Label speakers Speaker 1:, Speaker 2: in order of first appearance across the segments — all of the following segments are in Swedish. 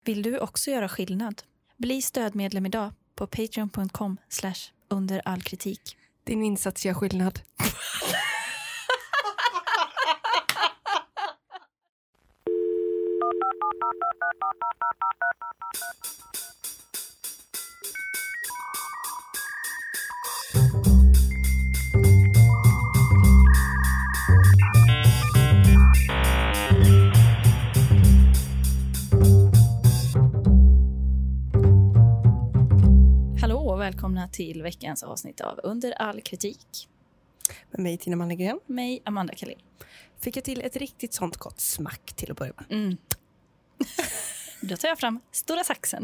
Speaker 1: Vill du också göra skillnad? Bli stödmedlem idag på patreon.com/underallkritik.
Speaker 2: Din insats gör skillnad.
Speaker 1: Hallå och välkomna till veckans avsnitt av Under all kritik.
Speaker 2: Med mig Tina Mannegren.
Speaker 1: Mig Amanda Kallin.
Speaker 2: Fick jag till ett riktigt sånt gott smack till att börja med.
Speaker 1: Då tar jag fram stora saxen.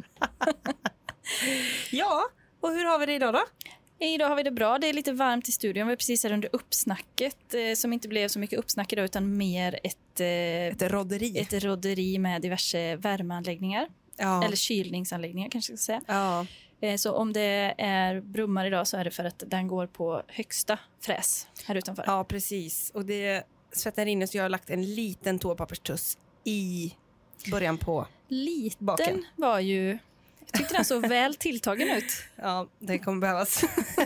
Speaker 2: Ja, och hur har vi det idag då?
Speaker 1: Idag har vi det bra. Det är lite varmt i studion. Vi är precis här under uppsnacket som inte blev så mycket uppsnack idag utan mer ett rodderi med diverse värmeanläggningar.
Speaker 2: Ja.
Speaker 1: Eller kylningsanläggningar kanske jag ska säga.
Speaker 2: Ja.
Speaker 1: Så om det är brummar idag så är det för att den går på högsta fräs här utanför.
Speaker 2: Ja, precis. Och det svettar inne så jag har lagt en liten toapapperstuss i början på
Speaker 1: Liten
Speaker 2: baken.
Speaker 1: var ju... Jag tyckte den så väl tilltagen ut.
Speaker 2: Ja, det kommer behövas.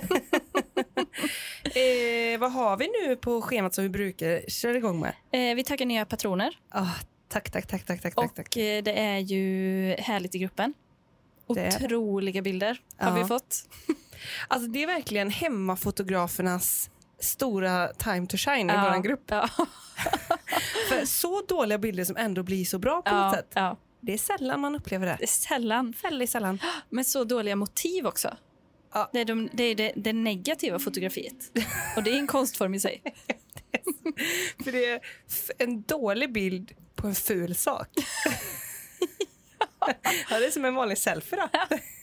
Speaker 2: Vad har vi nu på schemat som vi brukar köra igång med?
Speaker 1: Vi taggar nya patroner.
Speaker 2: Tack.
Speaker 1: Och det är ju härligt i gruppen. Otroliga bilder har vi fått.
Speaker 2: Alltså det är verkligen hemmafotografernas stora time to shine i vår grupp.
Speaker 1: Ja.
Speaker 2: För så dåliga bilder som ändå blir så bra på något sätt.
Speaker 1: Ja.
Speaker 2: Det är sällan man upplever det.
Speaker 1: Det är sällan.
Speaker 2: Väldigt sällan.
Speaker 1: Men så dåliga motiv också.
Speaker 2: Ja.
Speaker 1: Det är det negativa fotografiet. Och det är en konstform i sig.
Speaker 2: För det är en dålig bild på en ful sak. Ja, det är som en vanlig selfie då.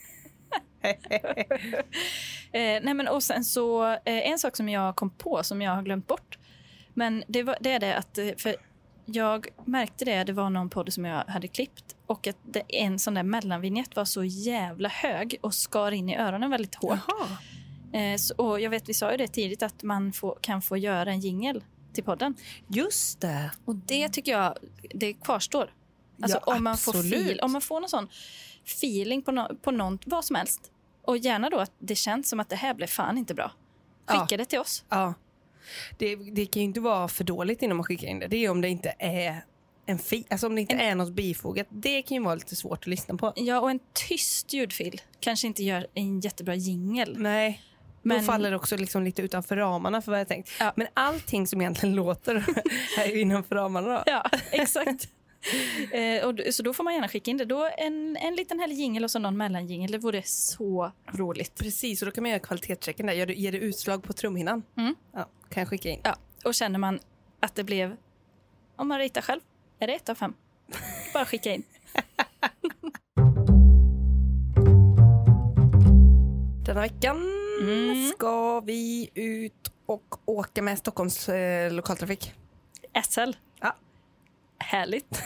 Speaker 1: Nej men och sen så en sak som jag kom på som jag har glömt bort. Men det är det att för jag märkte det var någon podd som jag hade klippt och att en sån där mellanvignett var så jävla hög och skar in i öronen väldigt hårt. Och jag vet vi sa ju det tidigt att man kan få göra en jingle till podden.
Speaker 2: Just det.
Speaker 1: Och det tycker jag det kvarstår. Alltså
Speaker 2: ja,
Speaker 1: om man får om man får någon sån feeling på något vad som helst och gärna då att det känns som att det här blev fan inte bra. Skicka det till oss.
Speaker 2: Ja. Det kan ju inte vara för dåligt innan man skickar in det. Det är om det inte är alltså om det inte är något bifogat. Det kan ju vara lite svårt att lyssna på.
Speaker 1: Ja, och en tyst ljudfil kanske inte gör en jättebra jingle.
Speaker 2: Nej. Men då faller det också liksom lite utanför ramarna för vad jag tänkt. Ja. Men allting som egentligen låter är ju innanför ramarna då.
Speaker 1: Ja, exakt. Så då får man gärna skicka in det. Då en liten härlig jingle och så någon mellanjingel. Det vore så roligt.
Speaker 2: Precis, och då kan man göra kvalitetschecken där. Ger det utslag på trumhinnan? Ja, kan jag skicka in.
Speaker 1: Ja, och känner man att det blev... Om man ritar själv, är det 1 av 5? Bara skicka in.
Speaker 2: Denna veckan ska vi ut och åka med Stockholms lokaltrafik.
Speaker 1: SL.
Speaker 2: Ja.
Speaker 1: Härligt.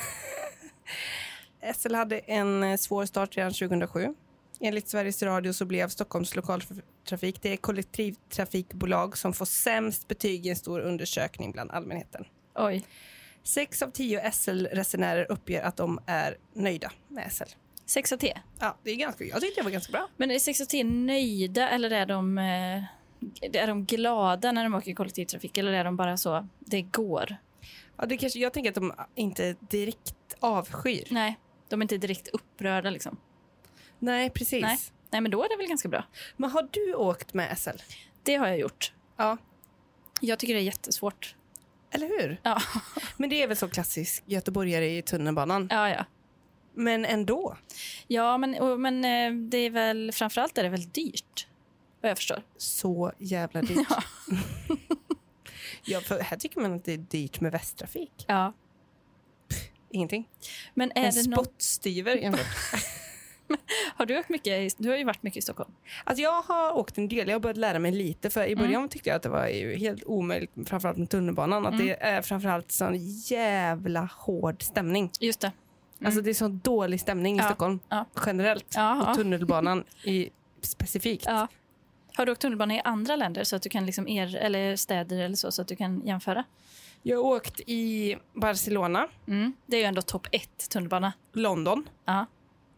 Speaker 2: SL hade en svår start redan 2007. Enligt Sveriges Radio så blev Stockholms lokaltrafik det kollektivtrafikbolag som får sämst betyg i en stor undersökning bland allmänheten.
Speaker 1: Oj.
Speaker 2: 6 av 10 SL-resenärer uppger att de är nöjda med SL.
Speaker 1: 6 av 10?
Speaker 2: Ja, det är jag tyckte det var ganska bra.
Speaker 1: Men är 6 av 10 nöjda eller är de glada när de åker kollektivtrafik? Eller är de bara så, det går?
Speaker 2: Ja, jag tänker att de inte direkt avskyr.
Speaker 1: Nej, de är inte direkt upprörda liksom.
Speaker 2: Nej, precis.
Speaker 1: Nej, men då är det väl ganska bra.
Speaker 2: Men har du åkt med SL?
Speaker 1: Det har jag gjort.
Speaker 2: Ja.
Speaker 1: Jag tycker det är jättesvårt.
Speaker 2: Eller hur?
Speaker 1: Ja.
Speaker 2: Men det är väl så klassisk göteborgare i tunnelbanan.
Speaker 1: Ja.
Speaker 2: Men ändå.
Speaker 1: Ja, men det är väl framförallt är det väl dyrt. Vad jag förstår.
Speaker 2: Så jävla dyrt.
Speaker 1: Ja.
Speaker 2: Ja, för här tycker man att det är dyrt med västtrafik.
Speaker 1: Ja.
Speaker 2: Ingenting.
Speaker 1: Men är
Speaker 2: en
Speaker 1: det
Speaker 2: spottstyver jämfört.
Speaker 1: Har du åkt mycket? Du har ju varit mycket i Stockholm.
Speaker 2: Alltså jag har åkt en del. Jag har börjat lära mig lite. För i början tyckte jag att det var ju helt omöjligt, framförallt med tunnelbanan. Att det är framförallt sån jävla hård stämning.
Speaker 1: Just det.
Speaker 2: Alltså det är så dålig stämning i Stockholm. Generellt. Och tunnelbanan specifikt.
Speaker 1: Ja. Har du åkt tunnelbana i andra länder så att du kan liksom eller städer eller så att du kan jämföra?
Speaker 2: Jag har åkt i Barcelona.
Speaker 1: Det är ju ändå topp 1 tunnelbana.
Speaker 2: London.
Speaker 1: Ja.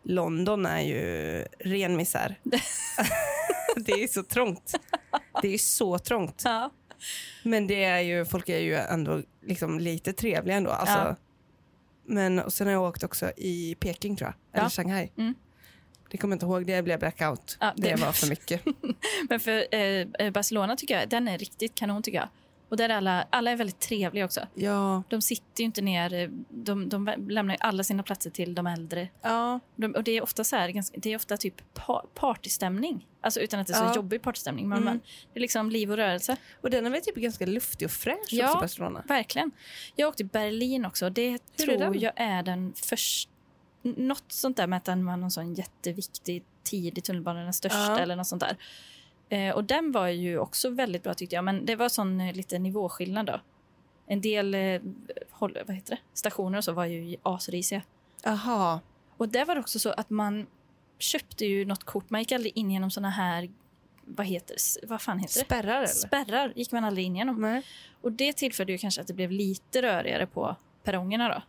Speaker 2: London är ju ren misär. Det är så trångt. Det är så trångt.
Speaker 1: Ja.
Speaker 2: Men det är ju, folk är ju ändå liksom lite trevliga ändå. Alltså.
Speaker 1: Ja.
Speaker 2: Men och sen har jag åkt också i Peking tror jag. Eller Shanghai.
Speaker 1: Mm.
Speaker 2: Det kommer jag inte ihåg, det blev blackout.
Speaker 1: Ja,
Speaker 2: det var för mycket.
Speaker 1: Men för Barcelona tycker jag, den är riktigt kanon tycker jag. Och där alla är väldigt trevliga också.
Speaker 2: Ja.
Speaker 1: De sitter ju inte ner, de lämnar ju alla sina platser till de äldre.
Speaker 2: Ja.
Speaker 1: Och det är ofta så här, det är ofta typ partystämning. Alltså utan att det är så jobbig partystämning. Men det är liksom liv och rörelse.
Speaker 2: Och den är väl typ ganska luftig och fräsch också, Barcelona.
Speaker 1: Verkligen. Jag åkte till Berlin också. Det tror jag är den första. Något sånt där med att den var någon sån jätteviktig tid i tunnelbanan, den största eller något sånt där. Och den var ju också väldigt bra tyckte jag. Men det var sån lite nivåskillnad då. En del stationer och så var ju asrisiga.
Speaker 2: Aha.
Speaker 1: Och där var det också så att man köpte ju något kort. Man gick aldrig in genom såna här, vad fan heter det?
Speaker 2: Spärrar eller?
Speaker 1: Spärrar gick man aldrig in genom.
Speaker 2: Nej.
Speaker 1: Och det tillförde ju kanske att det blev lite rörigare på perrongerna då.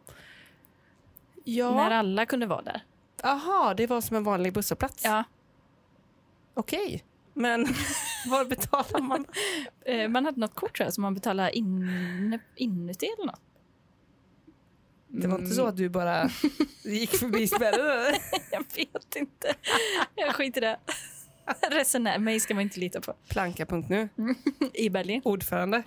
Speaker 2: Ja.
Speaker 1: När alla kunde vara där.
Speaker 2: Aha, det var som en vanlig busshållplats.
Speaker 1: Ja.
Speaker 2: Okej. Men var betalar man?
Speaker 1: Man hade något kort tror jag som man betalade inuti eller något.
Speaker 2: Det var inte så att du bara gick förbi spärren?
Speaker 1: Jag vet inte. Jag skiter i det. Resenär, mig ska man inte lita på.
Speaker 2: Planka.nu.
Speaker 1: I Berlin.
Speaker 2: Ordförande.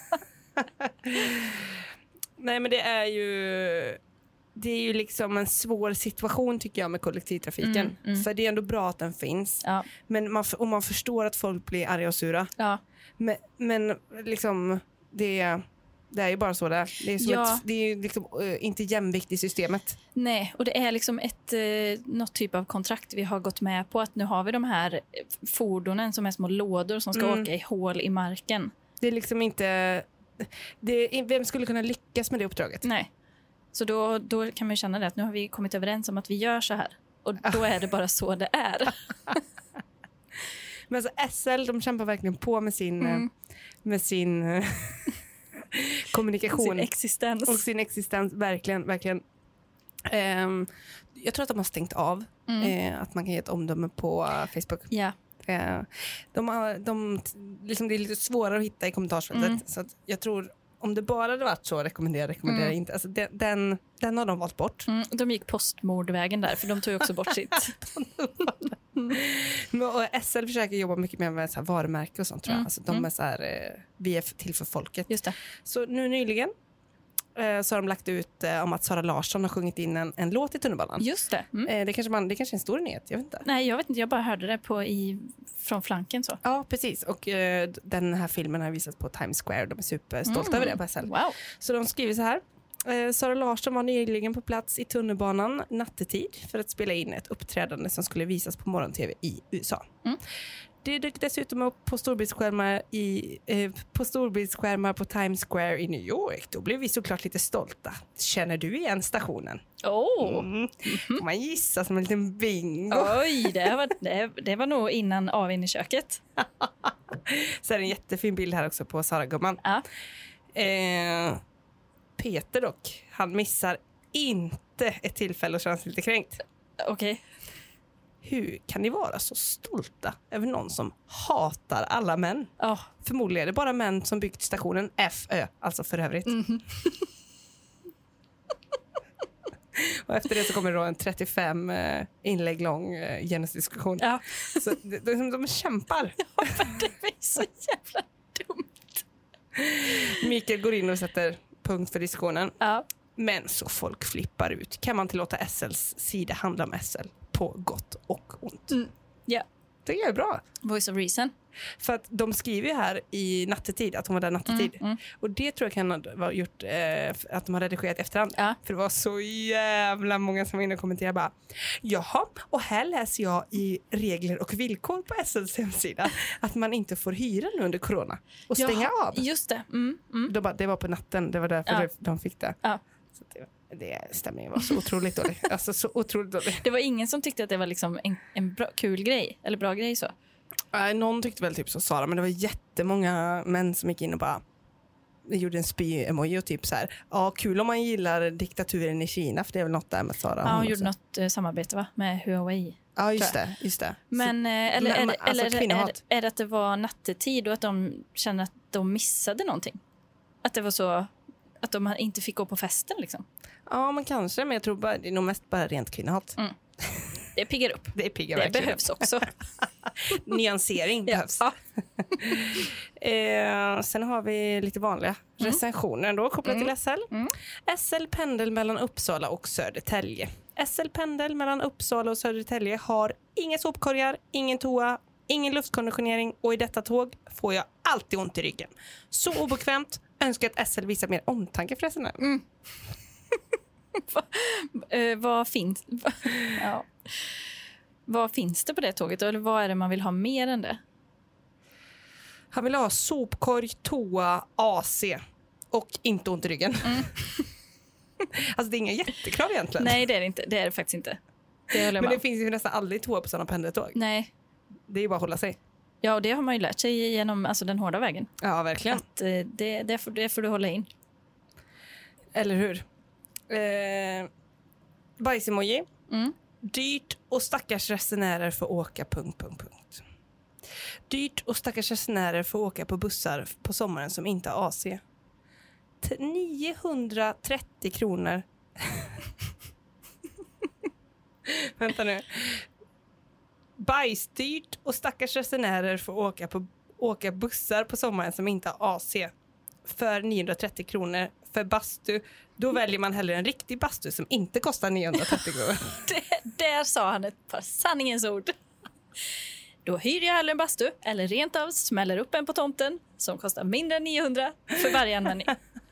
Speaker 2: Nej, men det är ju liksom en svår situation tycker jag med kollektivtrafiken. För det är ändå bra att den finns.
Speaker 1: Ja.
Speaker 2: Men man förstår att folk blir arga och sura.
Speaker 1: Ja.
Speaker 2: Men liksom det är ju bara så där. Det är, det är ju liksom inte jämvikt i systemet.
Speaker 1: Nej, och det är liksom något typ av kontrakt vi har gått med på att nu har vi de här fordonen som är små lådor som ska åka i hål i marken.
Speaker 2: Det är liksom inte... vem skulle kunna lyckas med det uppdraget?
Speaker 1: Nej. Så då kan man ju känna det att nu har vi kommit överens om att vi gör så här. Och då är det bara så det är.
Speaker 2: Men alltså SL, de kämpar verkligen på med sin kommunikation.
Speaker 1: Sin existens.
Speaker 2: Och sin existens, verkligen, verkligen. Jag tror att de har stängt av att man kan ge ett omdöme på Facebook.
Speaker 1: Ja.
Speaker 2: Liksom det är lite svårare att hitta i kommentarsfältet. Så att jag tror, om det bara hade varit så, rekommenderar inte. Alltså den har de valt bort.
Speaker 1: De gick postmordvägen där, för de tog ju också bort sitt.
Speaker 2: Och SL försöker jobba mycket mer med så här varumärke och sånt tror jag. Alltså de är så här, vi är till för folket.
Speaker 1: Just det.
Speaker 2: Så nu nyligen så har de lagt ut om att Sara Larsson har sjungit in en låt i tunnelbanan. Just det. Det kanske är en stor nyhet, jag vet inte.
Speaker 1: Nej, jag vet inte, jag bara hörde det från flanken så.
Speaker 2: Ja, precis. Och den här filmen har visats på Times Square. De är superstolta över det på SL.
Speaker 1: Wow.
Speaker 2: Så de skriver så här. Sara Larsson var nyligen på plats i tunnelbanan nattetid för att spela in ett uppträdande som skulle visas på morgon-tv i USA. Det dök dessutom upp på storbildsskärmar på Times Square i New York. Då blev vi såklart lite stolta. Känner du igen stationen? Man gissar som en liten bingo.
Speaker 1: Oj, det var nog innan av in i köket.
Speaker 2: Så är det en jättefin bild här också på Sara Gumman.
Speaker 1: Ja.
Speaker 2: Peter dock, han missar inte ett tillfälle att känna sig lite kränkt.
Speaker 1: Okej.
Speaker 2: Hur kan ni vara så stolta över någon som hatar alla män? Förmodligen är det bara män som byggt stationen FÖ, alltså för övrigt. Och efter det så kommer det då en 35 inlägg lång genusdiskussion.
Speaker 1: Ja.
Speaker 2: Så de kämpar.
Speaker 1: Ja, det är så jävla dumt.
Speaker 2: Mikael går in och sätter punkt för diskussionen.
Speaker 1: Ja.
Speaker 2: Men så folk flippar ut. Kan man inte låta SLs sida handla om SL på gott och ont?
Speaker 1: Ja.
Speaker 2: Det är bra.
Speaker 1: Voice of reason.
Speaker 2: För att de skriver ju här i nattetid att hon var där nattetid. Och det tror jag kan ha gjort att de har redigerat i efterhand.
Speaker 1: Ja.
Speaker 2: För det var så jävla många som var inne och kommenterade bara, jaha, och här läser jag i regler och villkor på SLs hemsida att man inte får hyra nu under corona och stänga av.
Speaker 1: Just det.
Speaker 2: Det var på natten, det var därför de fick det.
Speaker 1: Ja.
Speaker 2: Så stämningen var så otroligt dålig. Alltså så otroligt dålig.
Speaker 1: Det var ingen som tyckte att det var liksom en kul grej, eller bra grej så.
Speaker 2: Någon tyckte väl typ så Sara, men det var jättemånga män som gick in och bara, gjorde en spy-emoji och typ så här. Ja, kul om man gillar diktaturen i Kina, för det är väl något där med Sara.
Speaker 1: Ja, hon gjorde något samarbete va? Med Huawei.
Speaker 2: Ja, just det.
Speaker 1: Men, är det att det var nattetid och att de kände att de missade någonting? Att det var så att de inte fick gå på festen liksom?
Speaker 2: Ja, men kanske. Men jag tror det är nog mest bara rent kvinnohat.
Speaker 1: Det piggar upp. Det behövs också.
Speaker 2: Nyansering behövs.
Speaker 1: Ja.
Speaker 2: Sen har vi lite vanliga recensioner då kopplat till SL. SL pendel mellan Uppsala och Södertälje. SL pendel mellan Uppsala och Södertälje har inga sopkorgar, ingen toa, ingen luftkonditionering och i detta tåg får jag alltid ont i ryggen. Så obekvämt. Önskar att SL visar mer omtanke för resenären.
Speaker 1: Vad finns det på det tåget? Eller vad är det man vill ha mer än det?
Speaker 2: Han vill ha sopkorg, toa, AC och inte ont i ryggen. Alltså det är inga jättekrav egentligen.
Speaker 1: Nej, det är det inte. Det är det faktiskt inte.
Speaker 2: Men det finns ju nästan aldrig toa på sådana pendeltåg.
Speaker 1: Nej.
Speaker 2: Det är ju bara att hålla sig.
Speaker 1: Ja, och det har man ju lärt sig genom den hårda vägen.
Speaker 2: Ja, verkligen.
Speaker 1: Att det får du hålla in.
Speaker 2: Eller hur? Bajsemoji. Dyrt och stackars resenärer får åka... Dyrt och stackars resenärer får åka på bussar på sommaren som inte har AC. 930 kronor. Vänta nu. Bajsdyrt och stackars resenärer får åka bussar på sommaren som inte har AC. För 930 kronor för bastu. Då väljer man hellre en riktig bastu som inte kostar 930 kronor.
Speaker 1: Där sa han ett par sanningens ord. Då hyr jag hellre en bastu eller rent av smäller upp en på tomten som kostar mindre än 900 för varje användning.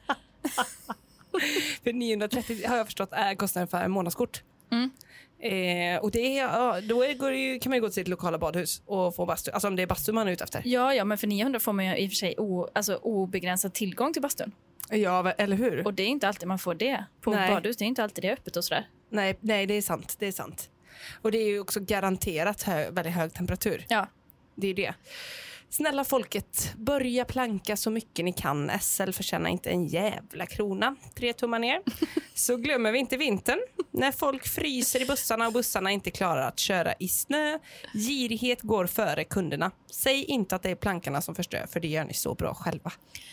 Speaker 2: För 930 har jag förstått är kostnaden för en månadskort. Och kan man ju gå till sitt lokala badhus och få bastu. Alltså om det är bastu man är ute efter.
Speaker 1: Ja, men för 900 får man ju i och för sig obegränsad tillgång till bastun.
Speaker 2: Ja, eller hur?
Speaker 1: Och det är inte alltid man får det på badhus. Det är inte alltid det öppet och sådär.
Speaker 2: Nej, det är sant. Och det är ju också garanterat väldigt hög temperatur.
Speaker 1: Ja.
Speaker 2: Det är det. Snälla folket, börja planka så mycket ni kan. SL förtjänar inte en jävla krona. 3 tummar ner. Så glömmer vi inte vintern. När folk fryser i bussarna och bussarna inte klarar att köra i snö. Girighet går före kunderna. Säg inte att det är plankarna som förstör, för det gör ni så bra själva.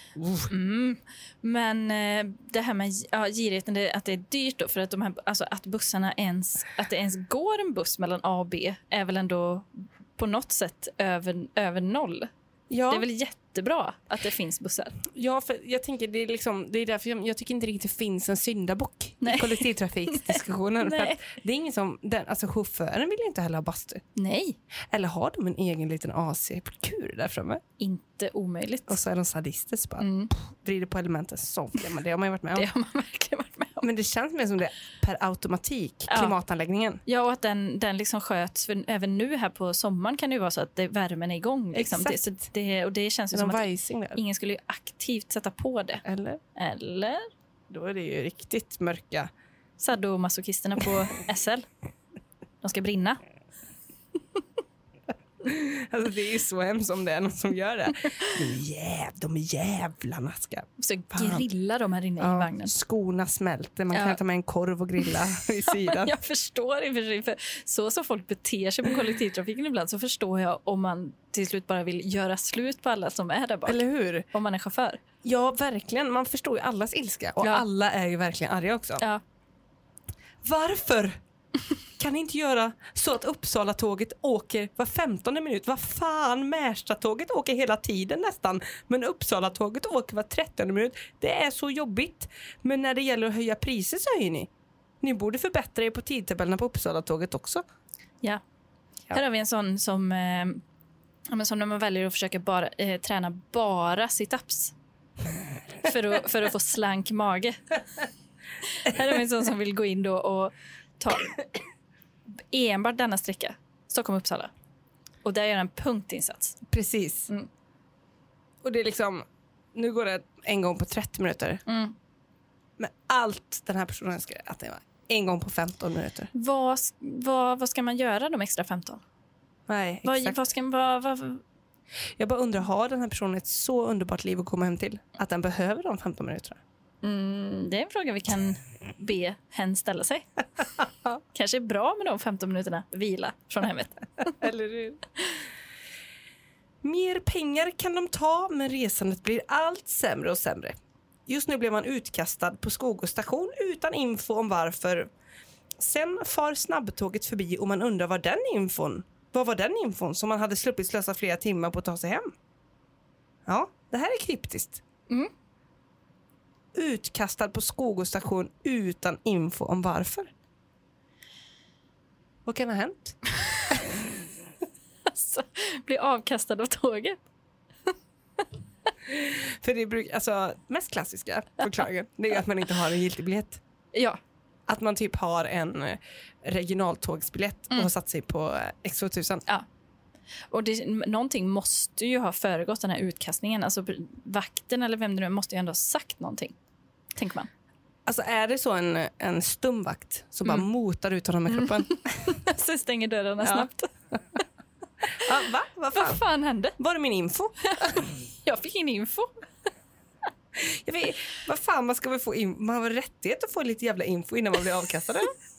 Speaker 1: Men det här med girigheten, att det är dyrt då, för att att bussarna att det ens går en buss mellan A och B är väl ändå på något sätt över noll. Ja. Det är väl jättebra att det finns bussar.
Speaker 2: Ja, för jag tänker det är därför jag tycker inte riktigt det finns en syndabock i kollektivtrafikdiskussionen. För att det är ingen som chauffören vill inte heller ha bastu.
Speaker 1: Nej.
Speaker 2: Eller har de en egen liten AC-kur där framme?
Speaker 1: Inte omöjligt.
Speaker 2: Och så är de sadister som bara vrider på elementen så. Men det har man ju varit med om.
Speaker 1: Det har man verkligen varit med om.
Speaker 2: Men det känns mer som det per automatik, klimatanläggningen.
Speaker 1: Ja, och att den liksom sköts. För även nu här på sommaren kan det ju vara så att värmen är igång. Liksom. Och det känns ju som att ingen skulle ju aktivt sätta på det. Eller?
Speaker 2: Då är det ju riktigt mörka.
Speaker 1: Sadomasochisterna på SL. De ska brinna.
Speaker 2: Alltså det är ju så hemskt om det är någon som gör det. De jävlarna ska...
Speaker 1: Så grilla de här inne i vagnen.
Speaker 2: Skorna smälter. Man kan ta med en korv och grilla vid sidan.
Speaker 1: Jag förstår i och för sig. För så som folk beter sig på kollektivtrafiken ibland, så förstår jag om man till slut bara vill göra slut på alla som är där bak.
Speaker 2: Eller hur?
Speaker 1: Om man är chaufför.
Speaker 2: Ja, verkligen. Man förstår ju allas ilska. Och alla är ju verkligen arga också.
Speaker 1: Ja.
Speaker 2: Varför? Kan ni inte göra så att Uppsala-tåget åker var 15:e minut? Vad fan, Märsta-tåget åker hela tiden nästan. Men Uppsala-tåget åker var 30:e minut. Det är så jobbigt. Men när det gäller att höja priser så höjer ni. Ni borde förbättra er på tidtabellerna på Uppsala-tåget också.
Speaker 1: Ja. Här har vi en sån som när man väljer att försöka träna bara sit-ups. för att få slank mage. Här har vi en sån som vill gå in då och ta enbart denna sträcka, Stockholm-Uppsala. Och där gör en punktinsats.
Speaker 2: Precis. Och det är liksom, nu går det en gång på 30 minuter. Men allt den här personen önskar att det var en gång på 15 minuter.
Speaker 1: Vad ska man göra de extra 15?
Speaker 2: Nej, exakt. Jag bara undrar, har den här personen ett så underbart liv att komma hem till att den behöver de 15 minuterna?
Speaker 1: Det är en fråga vi kan be hen ställa sig. Kanske är bra med de 15 minuterna vila från hemmet.
Speaker 2: Eller hur? Mer pengar kan de ta, men resandet blir allt sämre och sämre. Just nu blev man utkastad på Skogås station utan info om varför. Sen far snabbtåget förbi och man undrar vad var den infon som man hade sluppit slösa flera timmar på att ta sig hem? Ja, det här är kryptiskt. Utkastad på Skogås station utan info om varför. Vad kan ha hänt?
Speaker 1: Alltså, bli avkastad av tåget.
Speaker 2: För det brukar, alltså, mest klassiska förklaringen, det är att man inte har en giltig biljett.
Speaker 1: Ja.
Speaker 2: Att man typ har en regionaltågsbiljett och har satt sig på X2000.
Speaker 1: Ja. Och någonting måste ju ha föregått den här utkastningen. Alltså vakten eller vem det nu måste ju ändå ha sagt någonting. Tänker man.
Speaker 2: Alltså är det så en stumvakt som bara motar ut honom med kroppen?
Speaker 1: Sen stänger dörrarna snabbt.
Speaker 2: Ja, va? Vad
Speaker 1: fan hände?
Speaker 2: Var det min info?
Speaker 1: Jag fick ingen info.
Speaker 2: Jag vet, vad fan, man ska väl få man har rättighet att få lite jävla info innan man blir avkastad.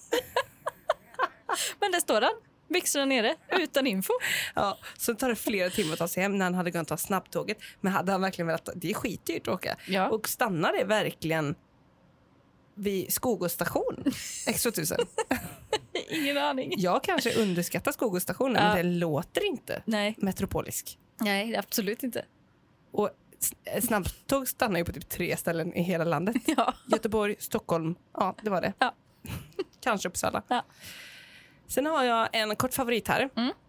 Speaker 1: Men där står han. Byxorna nere, utan info.
Speaker 2: Ja, så tar det flera timmar att ta sig hem när han hade kunnat ta snabbtåget. Men hade han verkligen velat, det är skitdyrt att åka.
Speaker 1: Ja.
Speaker 2: Och stannar det verkligen vid Skogås station X2000?
Speaker 1: Ingen aning.
Speaker 2: Jag kanske underskattar Skogås stationen, men det låter inte metropolisk.
Speaker 1: Nej, absolut inte.
Speaker 2: Och snabbtåg stannar ju på typ 3 ställen i hela landet.
Speaker 1: Ja.
Speaker 2: Göteborg, Stockholm, ja det var det.
Speaker 1: Ja.
Speaker 2: Kanske Uppsala.
Speaker 1: Ja.
Speaker 2: Sen har jag en kort favorit här.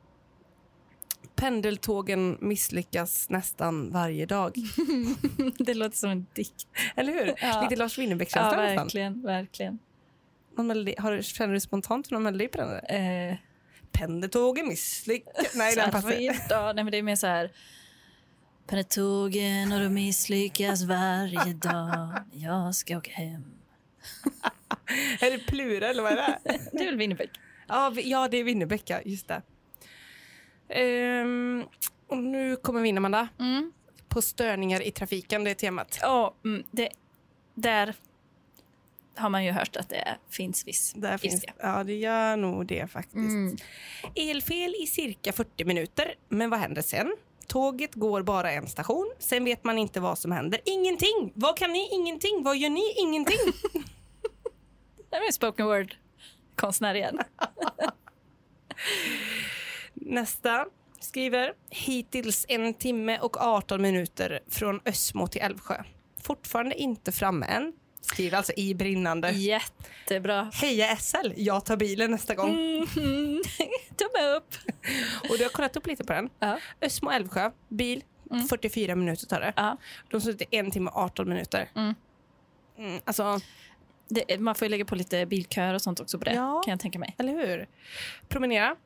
Speaker 2: Pendeltågen misslyckas nästan varje dag.
Speaker 1: Det låter som en dikt.
Speaker 2: Eller hur?
Speaker 1: Ja.
Speaker 2: Lite Lars Winnerbäck-känsla.
Speaker 1: Ja, verkligen.
Speaker 2: Känner du spontant någon melodi på den? Pendeltågen misslyckas. Nej, den passar.
Speaker 1: Ja, nej, men det är mer så här. Pendeltågen och de misslyckas varje dag. Jag ska åka hem.
Speaker 2: Är det Plura eller vad är det?
Speaker 1: Det är väl Winnerbäck.
Speaker 2: Ja, det är Winnerbäck, ja, just det. Och nu kommer vi in, Amanda. På störningar i trafiken, det är temat.
Speaker 1: Ja, där har man ju hört att det finns viss ilska.
Speaker 2: Ja, det gör nog det faktiskt. Elfel i cirka 40 minuter. Men vad händer sen? Tåget går bara en station. Sen vet man inte vad som händer. Ingenting! Vad kan ni? Ingenting! Vad gör ni? Ingenting!
Speaker 1: Det är en spoken word-konstnär igen.
Speaker 2: Nästa skriver: hittills 1 timme och 18 minuter från Ösmo till Älvsjö. Fortfarande inte framme än. Skriver alltså i brinnande.
Speaker 1: Jättebra.
Speaker 2: Heja SL, jag tar bilen nästa gång.
Speaker 1: Tumme upp.
Speaker 2: Och du har kollat upp lite på den. Ösmo Älvsjö, bil, 44 minuter tar det. De står ute 1 timme och 18 minuter. Alltså...
Speaker 1: man får ju lägga på lite bilköer och sånt också på det, kan jag tänka mig.
Speaker 2: Eller hur? Promenera.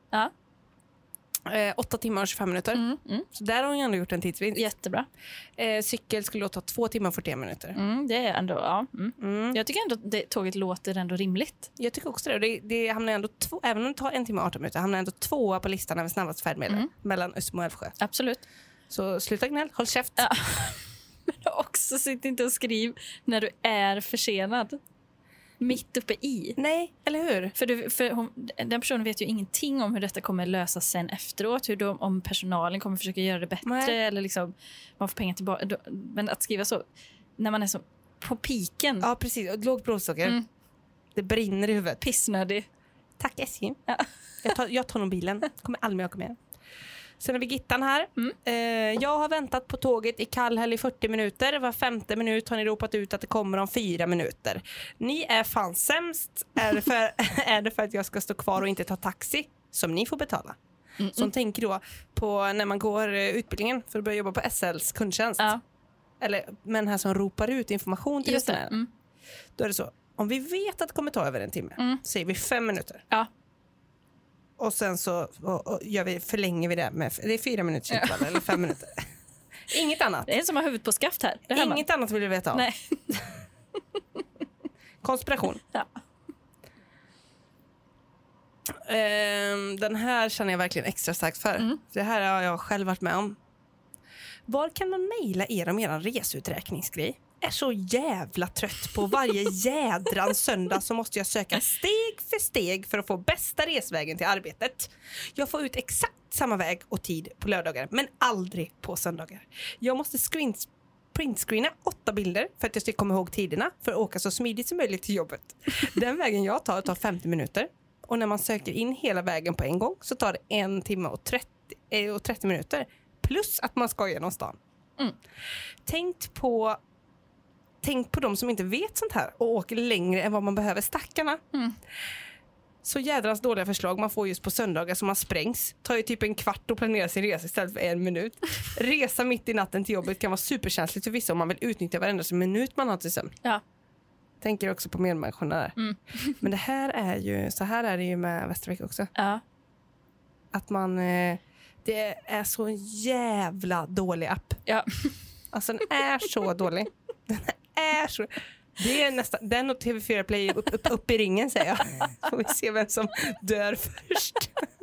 Speaker 2: 8 timmar och 25 minuter. Så där har hon ändå gjort en tidsvinst.
Speaker 1: Jättebra.
Speaker 2: Cykel skulle ta 2 timmar och 41 minuter.
Speaker 1: Det är ändå, Jag tycker ändå att tåget låter ändå rimligt.
Speaker 2: Jag tycker också det. Det hamnar ändå även om det tar 1 timme och 18 minuter, hamnar ändå 2 på listan över snabbast färdmedel mellan Ösmo och Älvsjö.
Speaker 1: Absolut.
Speaker 2: Så sluta gnäll, håll käft.
Speaker 1: Ja. Men också sitt inte och skriv när du är försenad. Mitt uppe i.
Speaker 2: Nej, eller hur?
Speaker 1: För den personen vet ju ingenting om hur detta kommer lösas sen efteråt. Om personalen kommer försöka göra det bättre. Nej. Eller liksom, man får pengar tillbaka. Men att skriva så, när man är så på piken.
Speaker 2: Ja, precis. Och lågt blodsocker. Det brinner i huvudet.
Speaker 1: Pissnödig.
Speaker 2: Tack SJ. Ja. Jag tar nog bilen. Kommer aldrig åka med. Sen har vi Gittan här. Jag har väntat på tåget i Kallhäll i 40 minuter. Var 5:e minut har ni ropat ut att det kommer om 4 minuter. Ni är fan sämst. Är det för att jag ska stå kvar och inte ta taxi som ni får betala? Som tänker då på när man går utbildningen för att börja jobba på SLs kundtjänst. Eller men här som ropar ut information till resenärerna. Då är det så. Om vi vet att det kommer ta över 1 timme, säger vi 5 minuter.
Speaker 1: Ja.
Speaker 2: Och sen så förlänger vi det med, det är 4 minuter eller 5 minuter. Inget annat.
Speaker 1: Det är en som har huvudet på skaft här.
Speaker 2: Inget annat vill du veta om.
Speaker 1: Nej.
Speaker 2: Konspiration.
Speaker 1: Ja.
Speaker 2: Den här känner jag verkligen extra starkt för. Det här har jag själv varit med om. Var kan man mejla er om er resuträkningsgrej? Är så jävla trött på varje jädrans söndag så måste jag söka steg för steg för att få bästa resvägen till arbetet. Jag får ut exakt samma väg och tid på lördagar, men aldrig på söndagar. Jag måste printscreena 8 bilder för att jag ska komma ihåg tiderna för att åka så smidigt som möjligt till jobbet. Den vägen jag tar 50 minuter. Och när man söker in hela vägen på en gång så tar det 1 timme och 30 minuter. Plus att man ska genom stan. Tänk på de som inte vet sånt här och åker längre än vad man behöver, stackarna. Så jädrans dåliga förslag man får just på söndagar som man sprängs. Tar ju typ en kvart att planera sin resa istället för 1 minut. Resa mitt i natten till jobbet kan vara superkänsligt för vissa om man vill utnyttja varenda minut man har till sömn.
Speaker 1: Ja.
Speaker 2: Tänker också på medmänniskorna där. Men det här är ju, så här är det ju med Västervik också.
Speaker 1: Ja.
Speaker 2: Att man, det är så jävla dålig app.
Speaker 1: Ja.
Speaker 2: Alltså den är så dålig. Den är så... Det är nästan den och TV4 Play upp i ringen, säger jag. Får vi se vem som dör först.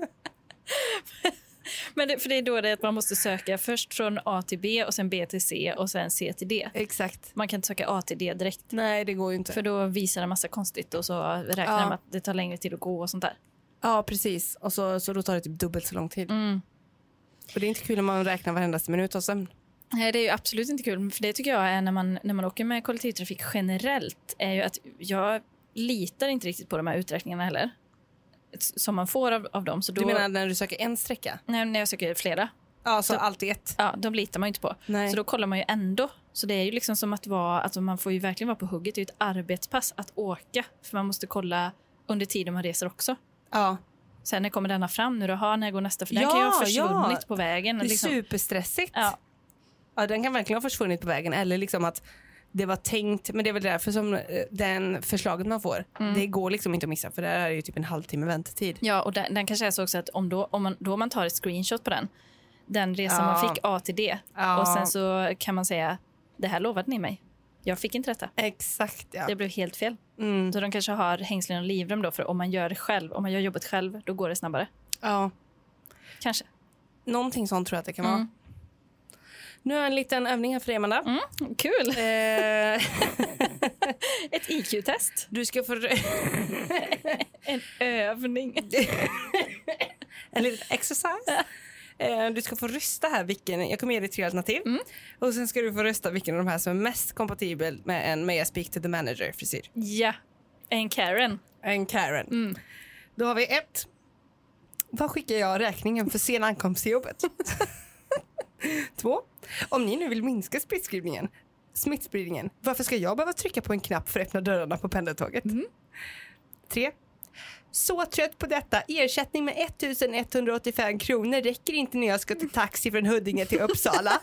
Speaker 1: Men för det är då det att man måste söka först från A till B och sen B till C och sen C till D.
Speaker 2: Exakt.
Speaker 1: Man kan inte söka A till D direkt.
Speaker 2: Nej, det går ju inte.
Speaker 1: För då visar det en massa konstigt och så räknar de att det tar längre tid att gå och sånt där.
Speaker 2: Ja, precis. Och så då tar det typ dubbelt så lång tid. Och det är inte kul om man räknar varenda minut och sömn.
Speaker 1: Nej, det är ju absolut inte kul. För det tycker jag är när man åker med kollektivtrafik generellt är ju att jag litar inte riktigt på de här uträkningarna heller. Som man får av dem. Så då,
Speaker 2: du menar när du söker en sträcka?
Speaker 1: Nej, när jag söker flera.
Speaker 2: Ja, så allt i ett.
Speaker 1: Ja, de litar man ju inte på.
Speaker 2: Nej.
Speaker 1: Så då kollar man ju ändå. Så det är ju liksom som att vara, alltså man får ju verkligen vara på hugget. Det är ju ett arbetspass att åka. För man måste kolla under tiden man reser också.
Speaker 2: Ja.
Speaker 1: Sen när kommer denna fram nu då? När jag går nästa? För den kan ju ha försvunnit på vägen.
Speaker 2: Det är
Speaker 1: liksom
Speaker 2: superstressigt.
Speaker 1: Ja.
Speaker 2: Ja, den kan verkligen ha försvunnit på vägen. Eller liksom att det var tänkt, men det är väl därför som den förslaget man får, det går liksom inte att missa, för det är ju typ en halvtimme väntetid.
Speaker 1: Ja, och den kanske är så också att om man tar ett screenshot på den resan man fick A till D och sen så kan man säga, det här lovade ni mig. Jag fick inte detta.
Speaker 2: Exakt, ja.
Speaker 1: Det blev helt fel. Så de kanske har hängslen och livrem då, för om man gör det själv, om man gör jobbet själv, då går det snabbare.
Speaker 2: Ja.
Speaker 1: Kanske.
Speaker 2: Någonting sånt tror jag att det kan vara. Nu har jag en liten övning här för dig, Amanda.
Speaker 1: Kul! Ett IQ-test.
Speaker 2: Du ska få...
Speaker 1: En övning.
Speaker 2: En liten exercise. Du ska få rösta här vilken... Jag kommer ge dig 3 alternativ. Och sen ska du få rösta vilken av de här som är mest kompatibel med en May I Speak to the Manager-frisyr.
Speaker 1: Ja, en Karen.
Speaker 2: En Karen. Då har vi 1. Vad skickar jag räkningen för sen ankomst till jobbet? 2. Om ni nu vill minska smittspridningen, varför ska jag behöva trycka på en knapp för att öppna dörrarna på pendeltåget? 3. Så trött på detta. Ersättning med 1185 kronor räcker inte när jag ska till taxi från Huddinge till Uppsala.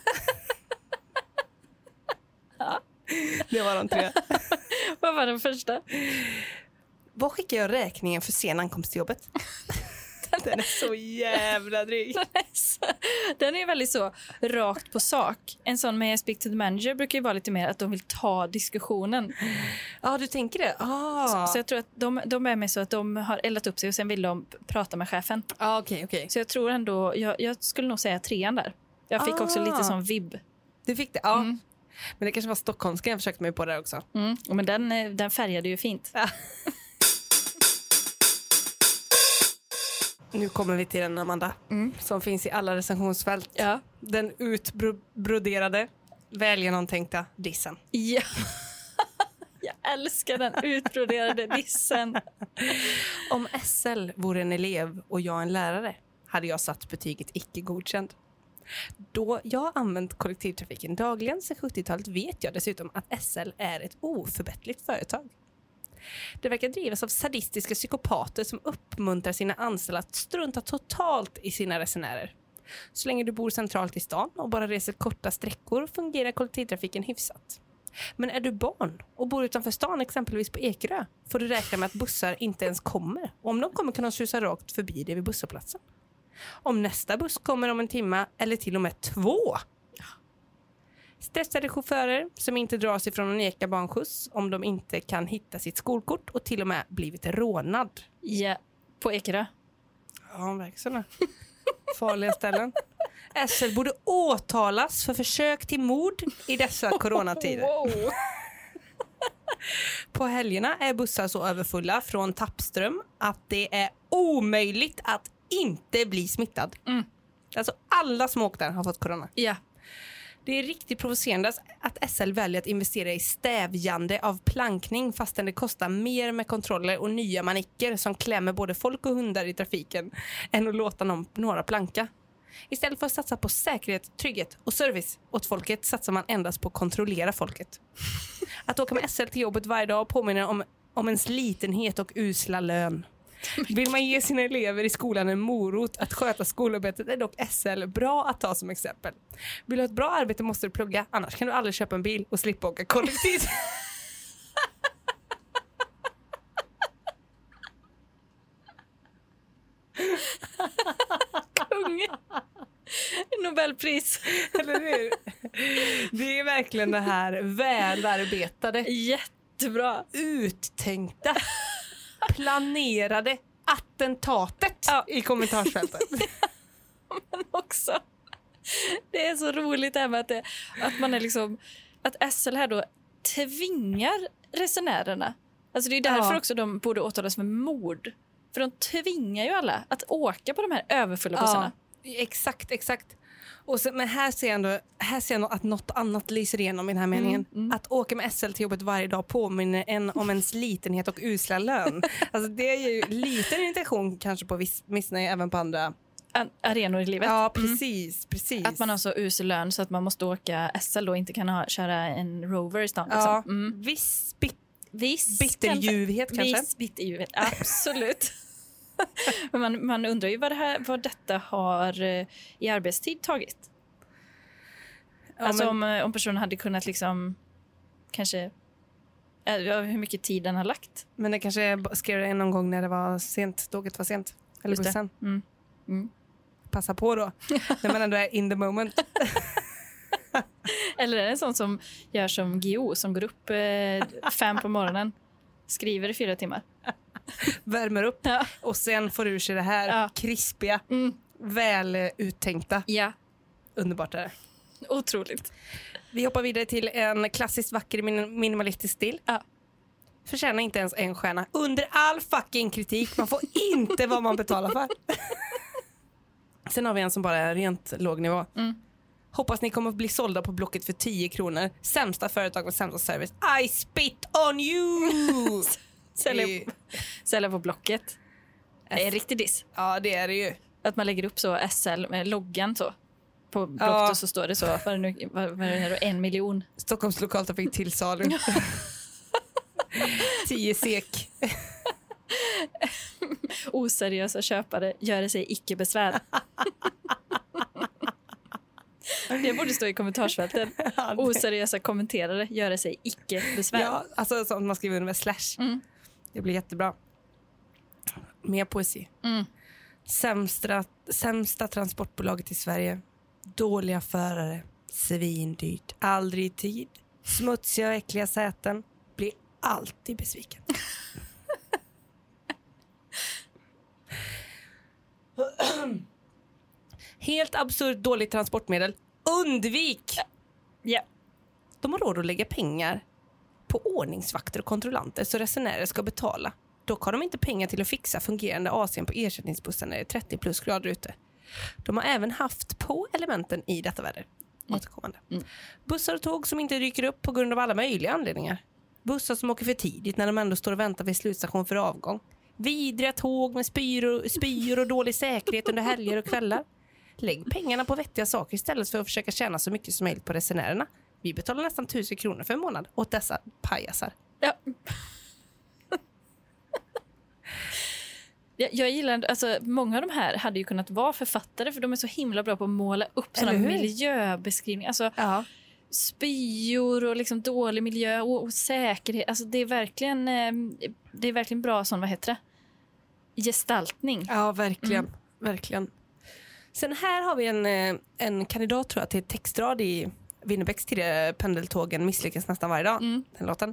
Speaker 2: Det var de 3.
Speaker 1: Vad var den första?
Speaker 2: Vad skickar jag räkningen för sen ankomst till jobbet? Den är så jävla dryg.
Speaker 1: Den är väldigt så rakt på sak. En sån med Speak to the Manager brukar ju vara lite mer att de vill ta diskussionen.
Speaker 2: Ja, du tänker det?
Speaker 1: Så jag tror att de är med så att de har eldat upp sig och sen vill de prata med chefen.
Speaker 2: Okej.
Speaker 1: Så jag tror ändå, jag skulle nog säga 3 där. Jag fick också lite som vibb.
Speaker 2: Du fick det? Ja. Men det kanske var stockholmska jag försökte mig på där också.
Speaker 1: Men den färgade ju fint.
Speaker 2: Ja. Nu kommer vi till den, Amanda, som finns i alla recensionsfält.
Speaker 1: Ja.
Speaker 2: Den utbroderade, välgenomtänkta dissen.
Speaker 1: Ja. Jag älskar den utbroderade dissen.
Speaker 2: Om SL vore en elev och jag en lärare hade jag satt betyget icke godkänd. Då jag använt kollektivtrafiken dagligen sedan 70-talet vet jag dessutom att SL är ett oförbättligt företag. Det verkar drivas av sadistiska psykopater som uppmuntrar sina anställda att strunta totalt i sina resenärer. Så länge du bor centralt i stan och bara reser korta sträckor fungerar kollektivtrafiken hyfsat. Men är du barn och bor utanför stan, exempelvis på Ekerö, får du räkna med att bussar inte ens kommer. Och om de kommer kan de tjusa rakt förbi det vid busshållplatsen. Om nästa buss kommer om en timme eller till och med 2. Stressade chaufförer som inte drar sig från att neka barnskjuts om de inte kan hitta sitt skolkort och till och med blivit rånad.
Speaker 1: Ja, på Ekerö.
Speaker 2: Ja, verkligen. Farliga ställen. SL borde åtalas för försök till mord i dessa coronatider.
Speaker 1: Wow.
Speaker 2: På helgerna är bussar så överfulla från Tappström att det är omöjligt att inte bli smittad. Alltså alla som åkt där har fått corona.
Speaker 1: Ja.
Speaker 2: Det är riktigt provocerande att SL väljer att investera i stävjande av plankning fastän det kostar mer med kontroller och nya manicker som klämmer både folk och hundar i trafiken än att låta några planka. Istället för att satsa på säkerhet, trygghet och service åt folket satsar man endast på att kontrollera folket. Att åka med SL till jobbet varje dag påminner om ens litenhet och usla lön. Vill man ge sina elever i skolan en morot att sköta skolarbetet är dock SL bra att ta som exempel. Vill du ha ett bra arbete måste du plugga, annars kan du aldrig köpa en bil och slippa åka kollektivt.
Speaker 1: Kung. Nobelpris.
Speaker 2: Eller hur? Det är verkligen det här välarbetade,
Speaker 1: Jättebra.
Speaker 2: uttänkta, planerade attentatet i kommentarsfältet.
Speaker 1: Men också, det är så roligt det här med att man är liksom, att SL här då tvingar resenärerna. Alltså det är därför också de borde åtalas för mord. För de tvingar ju alla att åka på de här överfulla bussarna.
Speaker 2: Ja, exakt. Och så, men här ser jag att något annat lyser igenom i den här meningen. Att åka med SL till jobbet varje dag påminner en om ens litenhet och usla lön. Alltså det är ju liten irritation kanske på missnöje även på andra
Speaker 1: arenor i livet.
Speaker 2: Ja, precis.
Speaker 1: Att man har så usel lön så att man måste åka SL och inte kan köra en Rover i stan.
Speaker 2: Ja,
Speaker 1: liksom.
Speaker 2: Viss bitterljuvhet kanske.
Speaker 1: Viss bitterljuvhet, absolut. Men man undrar ju vad detta har i arbetstid tagit. Ja, alltså om personen hade kunnat liksom kanske hur mycket tid den har lagt.
Speaker 2: Men det kanske skrev det någon gång när det var sent, tåget var sent. Eller bussen. Passa på då. När man ändå är in the moment.
Speaker 1: Eller är det en sån som gör som Geo som går upp 5 på morgonen, skriver i 4 timmar.
Speaker 2: Värmer upp och sen får ur sig det här krispiga, väl uttänkta.
Speaker 1: Ja.
Speaker 2: Underbart är det.
Speaker 1: Otroligt.
Speaker 2: Vi hoppar vidare till en klassiskt vacker minimalistisk stil.
Speaker 1: Ja.
Speaker 2: Förtjänar inte ens en stjärna. Under all fucking kritik. Man får inte vad man betalar för. Sen har vi en som bara är rent låg nivå. Hoppas ni kommer att bli sålda på Blocket för 10 kronor. Sämsta företag med sämsta service. I spit on you!
Speaker 1: Sälja på Blocket. Det är en riktig diss.
Speaker 2: Ja, det är det ju.
Speaker 1: Att man lägger upp så SL med loggan så på Blocket och så står det så vad är det 1 miljon.
Speaker 2: Stockholms lokaltrafik till salu. 10 sek.
Speaker 1: Oseriösa köpare gör sig icke besvär. Det borde stå i kommentarsfältet. Oseriösa kommenterare gör sig icke besvär.
Speaker 2: Ja, alltså som man skriver under med slash. Det blir jättebra. Mer poesi. Sämsta transportbolaget i Sverige. Dåliga förare. Svindyrt. Aldrig i tid. Smutsiga och äckliga säten. Blir alltid besviken. Helt absurt dåligt transportmedel. Undvik!
Speaker 1: Ja.
Speaker 2: De har råd att lägga pengar på ordningsvakter och kontrollanter så resenärer ska betala. Dock har de inte pengar till att fixa fungerande AC'n på ersättningsbussen när det är 30 plus grader ute. De har även haft på elementen i detta väder. Återkommande. Bussar och tåg som inte ryker upp på grund av alla möjliga anledningar. Bussar som åker för tidigt när de ändå står och väntar vid slutstation för avgång. Vidriga tåg med spyor och dålig säkerhet under helger och kvällar. Lägg pengarna på vettiga saker istället för att försöka tjäna så mycket som möjligt på resenärerna. Vi betalar nästan 1000 kronor för en månad åt dessa pajasar.
Speaker 1: Ja. Jag gillar, alltså många av de här hade ju kunnat vara författare för de är så himla bra på att måla upp sådana miljöbeskrivningar. Alltså spyor och liksom dålig miljö och säkerhet. Alltså det är verkligen bra sån, vad heter det? Gestaltning.
Speaker 2: Ja, verkligen. Verkligen. Sen här har vi en kandidat tror jag till textrad i Winnerbäcks tidigare pendeltågen misslyckas nästan varje dag. Den låten.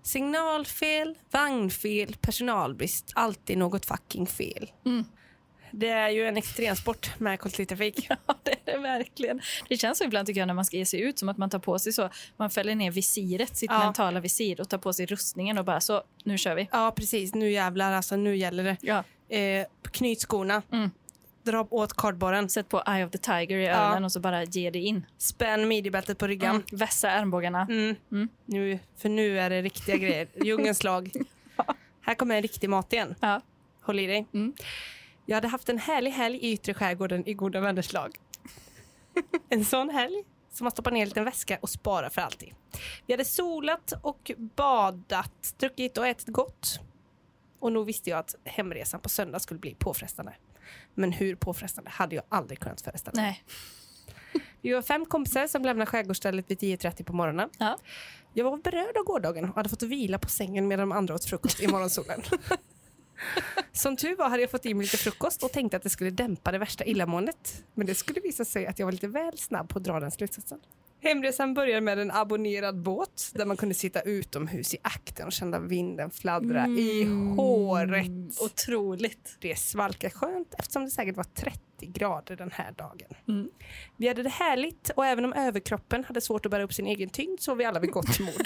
Speaker 2: Signalfel, vagnfel, personalbrist, alltid något fucking fel. Det är ju en extremsport med kollektivtrafik.
Speaker 1: Ja, det är det verkligen. Det känns så ibland tycker jag när man ska ge sig ut som att man tar på sig så. Man fäller ner visiret, sitt mentala visir och tar på sig rustningen och bara så, nu kör vi.
Speaker 2: Ja, precis. Nu jävlar, alltså nu gäller det.
Speaker 1: Ja.
Speaker 2: Knyt skorna. Dra åt kardborren.
Speaker 1: Sätt på Eye of the Tiger i öronen och så bara ge det in.
Speaker 2: Spänn midjebältet på ryggen.
Speaker 1: Vässa armbågarna.
Speaker 2: Nu är det riktiga grejer. Djungens lag. Här kommer en riktig mat igen.
Speaker 1: Ja.
Speaker 2: Håll i dig. Jag hade haft en härlig helg i yttre skärgården i goda vänners lag. En sån helg som man stoppar ner en liten väska och sparar för alltid. Vi hade solat och badat, druckit och ätit gott. Och nog visste jag att hemresan på söndag skulle bli påfrestande. Men hur påfrestande hade jag aldrig kunnat föreställa mig.
Speaker 1: Nej.
Speaker 2: Vi var 5 kompisar som lämnade skärgårdsstället vid 10:30 på morgonen.
Speaker 1: Ja.
Speaker 2: Jag var berörd av gårdagen och hade fått vila på sängen medan de andra åt frukost i morgonsolen. Som tur var hade jag fått in lite frukost och tänkte att det skulle dämpa det värsta illamåendet. Men det skulle visa sig att jag var lite väl snabb på att dra den slutsatsen. Hemresan började med en abonnerad båt där man kunde sitta utomhus i akten och känna vinden fladdra i håret.
Speaker 1: Otroligt.
Speaker 2: Det svalkar skönt eftersom det säkert var 30 grader den här dagen. Vi hade det härligt och även om överkroppen hade svårt att bära upp sin egen tyngd så var vi alla vid gott mod.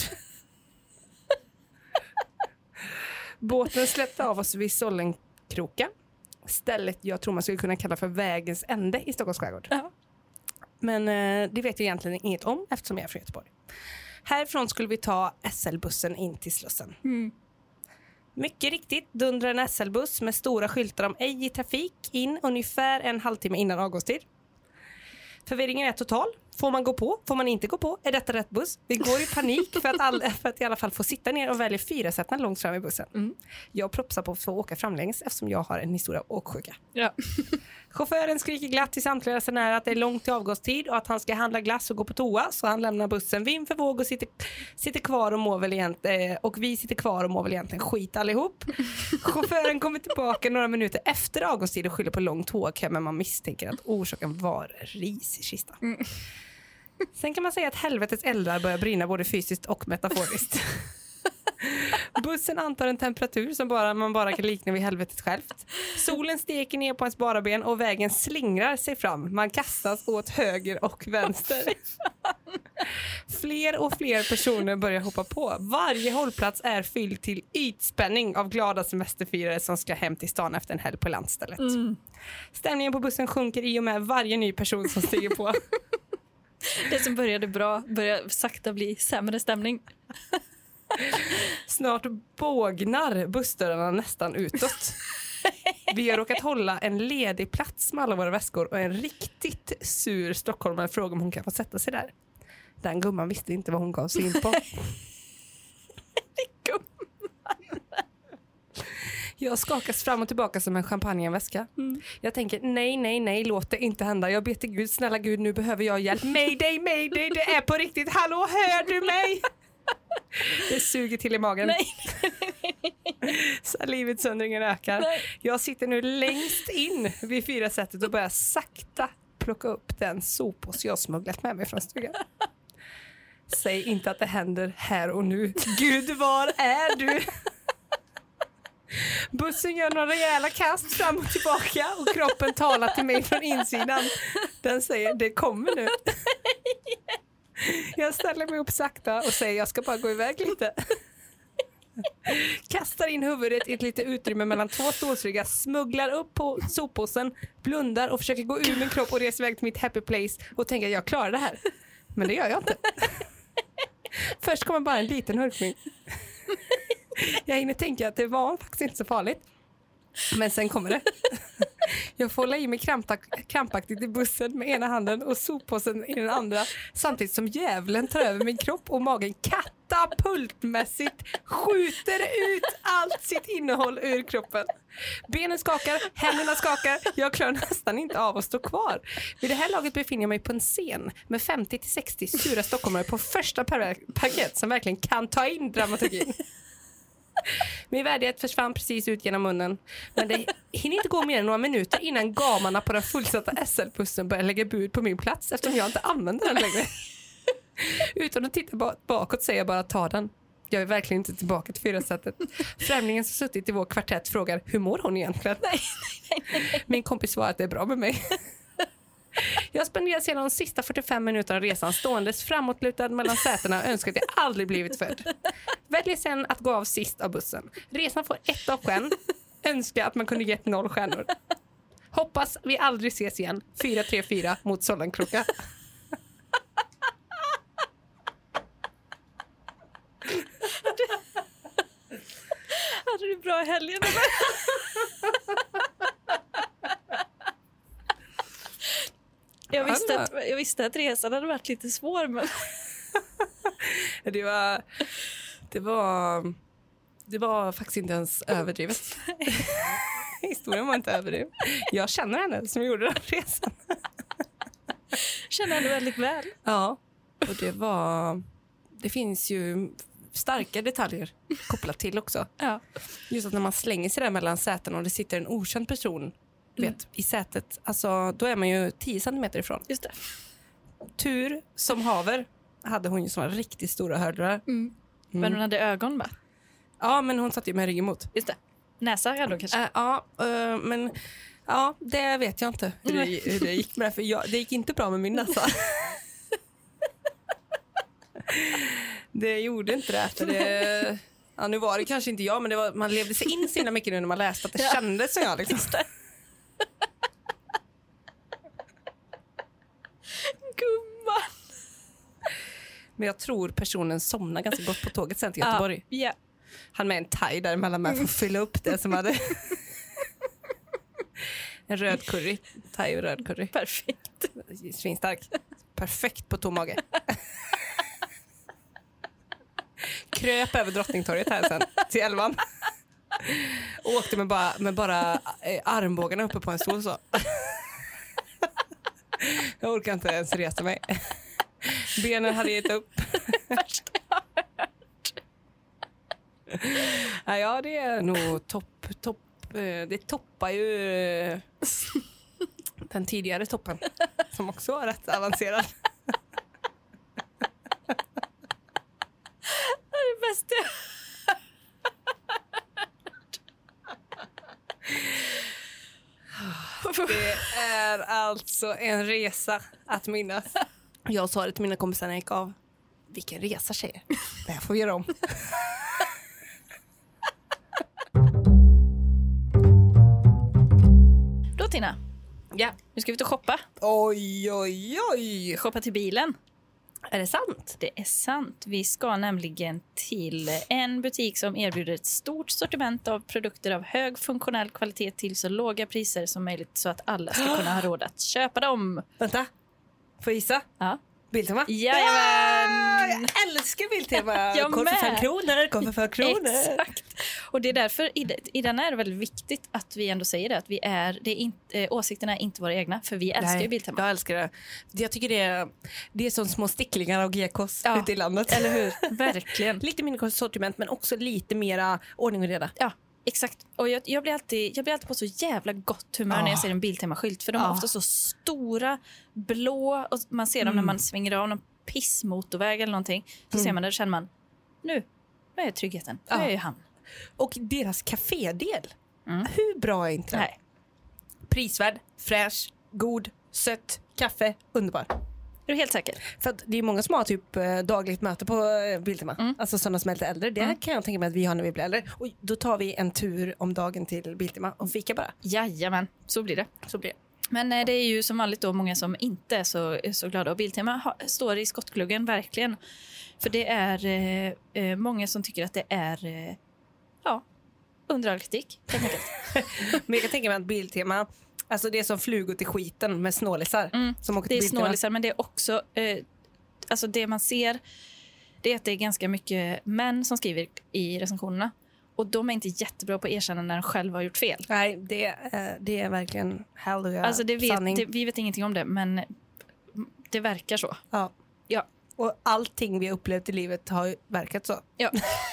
Speaker 2: Båten släppte av oss vid Sollenkroka. Stället jag tror man skulle kunna kalla för vägens ände i Stockholms skärgård.
Speaker 1: Ja.
Speaker 2: Men det vet jag egentligen inget om eftersom jag är från Göteborg. Härifrån skulle vi ta SL-bussen in till Slussen. Mycket riktigt dundrar en SL-buss med stora skyltar om ej i trafik in ungefär en halvtimme innan avgångstid. Förvirringen är total. Får man gå på? Får man inte gå på? Är detta rätt buss? Vi går i panik för att i alla fall få sitta ner och välja 4-sätaren långt fram i bussen. Jag propsar på att få åka framlänges eftersom jag har en historia av åksjuka. Ja. Chauffören skriker glatt till samtliga resenärer att det är långt till avgångstid och att han ska handla glass och gå på toa, så han lämnar bussen vind för våg och sitter kvar och mår väl egentligen, och vi sitter kvar och mår väl egentligen skit allihop. Chauffören kommer tillbaka några minuter efter avgångstid och skyller på lång tågkö, men man misstänker att orsaken var ris i kistan. Sen kan man säga att helvetets eldar börjar brinna både fysiskt och metaforiskt. Bussen antar en temperatur som man bara kan likna vid helvetet självt. Solen steker ner på ens bara ben och vägen slingrar sig fram. Man kastas åt höger och vänster. Fler och fler personer börjar hoppa på. Varje hållplats är fylld till ytspänning av glada semesterfirare som ska hem till stan efter en helg på landstället. Stämningen på bussen sjunker i och med varje ny person som stiger på.
Speaker 1: Det som började bra börjar sakta bli sämre stämning.
Speaker 2: Snart bågnar bussdörrarna nästan utåt. Vi har råkat hålla en ledig plats med alla våra väskor och en riktigt sur stockholmare frågar om hon kan få sätta sig där. Den gumman visste inte vad hon gav sig in på. Jag skakas fram och tillbaka som en champagneväska. Jag tänker, nej, låt det inte hända. Jag ber till Gud, snälla Gud, nu behöver jag hjälp. Mayday, det är på riktigt. Hallå, hör du mig? Det suger till i magen.
Speaker 1: Nej.
Speaker 2: Salivutsöndringen ökar.
Speaker 1: Nej.
Speaker 2: Jag sitter nu längst in vid 4-sättet och börjar sakta plocka upp den soppåse jag smugglat med mig från stugan. Säg inte att det händer här och nu. Gud, var är du? Bussen gör några rejäla kast fram och tillbaka och kroppen talar till mig från insidan. Den säger, det kommer nu. Jag ställer mig upp sakta och säger, jag ska bara gå iväg lite. Kastar in huvudet i ett litet utrymme mellan 2 stålsryggar, smugglar upp på soppåsen, blundar och försöker gå ur min kropp och resa iväg till mitt happy place och tänker, jag klarar det här. Men det gör jag inte. Först kommer bara en liten hurkning. Jag hinner tänka att det var faktiskt inte så farligt. Men sen kommer det. Jag får hålla i mig krampaktigt i bussen med ena handen och soppåsen i den andra. Samtidigt som djävulen tar över min kropp och magen katapultmässigt skjuter ut allt sitt innehåll ur kroppen. Benen skakar, händerna skakar. Jag klarar nästan inte av att stå kvar. Vid det här laget befinner jag mig på en scen med 50-60 sura stockholmare på första parkett som verkligen kan ta in dramaturgin. Min värdighet försvann precis ut genom munnen. Men det hinner inte gå mer än några minuter innan gamarna på den fullsatta SL-bussen börjar lägga bud på min plats eftersom jag inte använder den längre. Utan att titta bakåt säger jag bara, ta den. Jag är verkligen inte tillbaka till fyrasätet. Främlingen som suttit i vår kvartett frågar, hur mår hon egentligen?
Speaker 1: Nej.
Speaker 2: Min kompis svarar att det är bra med mig. Jag spenderar sedan de sista 45 minuterna av resan ståendes framåtlutad mellan sätena och önskar att jag aldrig blivit född. Väljer sen att gå av sist av bussen. Resan får 1 av 5. Önskar att man kunde gett 0 stjärnor. Hoppas vi aldrig ses igen. 434 mot Sollenkroka.
Speaker 1: Hade du bra i helgen? Jag visste att resan hade varit lite svår, men
Speaker 2: det var faktiskt inte ens överdrivet. Historien var inte överdriven. Jag känner henne som gjorde den resan.
Speaker 1: känner henne väldigt väl.
Speaker 2: Ja, och det finns ju starka detaljer kopplat till också.
Speaker 1: Ja.
Speaker 2: Just att när man slänger sig där mellan sätena och det sitter en okänd person i sätet, alltså då är man ju 10 centimeter ifrån.
Speaker 1: Just det.
Speaker 2: Tur som haver hade hon ju såna riktigt stora hörlurar.
Speaker 1: Men hon hade ögon, va?
Speaker 2: Ja, men hon satt ju med ryggen emot.
Speaker 1: Just det. Näsa hade hon kanske.
Speaker 2: Men ja, det vet jag inte hur det gick med. För det gick inte bra med min näsa. Det gjorde inte det. För det nu var det kanske inte jag, men man levde sig in så himla mycket nu när man läste att det kändes som jag. Liksom.
Speaker 1: Gumman.
Speaker 2: Men jag tror personen somnade ganska gott på tåget sen till Göteborg.
Speaker 1: Ja.
Speaker 2: Han med en thai däremellan med för att fylla upp det som hade en röd curry. Thai och röd curry.
Speaker 1: Perfekt.
Speaker 2: Svinstark. Perfekt på tom mage. Kröp över Drottningtorget här sen till 11. Och åkte med bara armbågarna uppe på en stol så. Jag orkar inte ens resa mig. Benen hade gett upp. Ja, det är nog topp. Det toppar ju den tidigare toppen som också var rätt avancerad.
Speaker 1: Det är det bästa.
Speaker 2: Det är alltså en resa att minnas. Jag sa det till mina kompisar när jag gick av. Vilken resa, tjejer. Det här får vi göra om.
Speaker 1: Då, Tina.
Speaker 2: Ja.
Speaker 1: Nu ska vi ut och shoppa.
Speaker 2: Oj.
Speaker 1: Shoppa till bilen.
Speaker 2: Är det sant?
Speaker 1: Det är sant. Vi ska nämligen till en butik som erbjuder ett stort sortiment av produkter av hög funktionell kvalitet till så låga priser som möjligt så att alla ska kunna ha råd att köpa dem.
Speaker 2: Vänta. Får jag gissa?
Speaker 1: Ja.
Speaker 2: Biltema?
Speaker 1: Jajamän!
Speaker 2: Jag älskar Biltema.
Speaker 1: Jag
Speaker 2: Kort för
Speaker 1: med.
Speaker 2: 5 kronor.
Speaker 1: Exakt. Och det är därför i den är det väldigt viktigt att vi ändå säger det. Att åsikterna är inte våra egna. För vi älskar ju Biltema.
Speaker 2: Jag älskar det. Jag tycker det är som små sticklingar av GKs ute i landet.
Speaker 1: Eller hur? Verkligen.
Speaker 2: Lite mindre sortiment men också lite mera ordning och reda.
Speaker 1: Ja. Exakt. Och jag blir alltid på så jävla gott humör när jag ser en Biltema-skylt. För de är ofta så stora, blå. Och man ser dem när man svänger av någon pissmotorväg eller någonting. Så ser man det och känner man, nu är tryggheten. Nu är ju han.
Speaker 2: Och deras kafédel. Hur bra är inte det?
Speaker 1: Nej.
Speaker 2: Prisvärd, fräsch, god, sött, kaffe, underbar.
Speaker 1: Är du helt säker?
Speaker 2: För att det är många som har typ dagligt möte på Biltema. Alltså sådana som är lite äldre. Det kan jag tänka mig att vi har när vi blir äldre. Och då tar vi en tur om dagen till Biltema och fika bara.
Speaker 1: Jajamän, så blir det. Men det är ju som vanligt då många som inte är så glada. Och Biltema står i skottgluggen, verkligen. För det är många som tycker att det är under all kritik.
Speaker 2: Men jag kan tänka mig att Biltema, alltså det är som flugor till skiten med snålisar. Som åker till
Speaker 1: det är
Speaker 2: Biltema.
Speaker 1: snålisar, men det är också alltså det man ser, det är att det är ganska mycket män som skriver i recensionerna. Och de är inte jättebra på att erkänna när de själva har gjort fel.
Speaker 2: Nej, det är verkligen halleluja.
Speaker 1: Alltså vi vet ingenting om det, men det verkar så.
Speaker 2: Ja. Och allting vi har upplevt i livet har ju verkat så.
Speaker 1: Ja.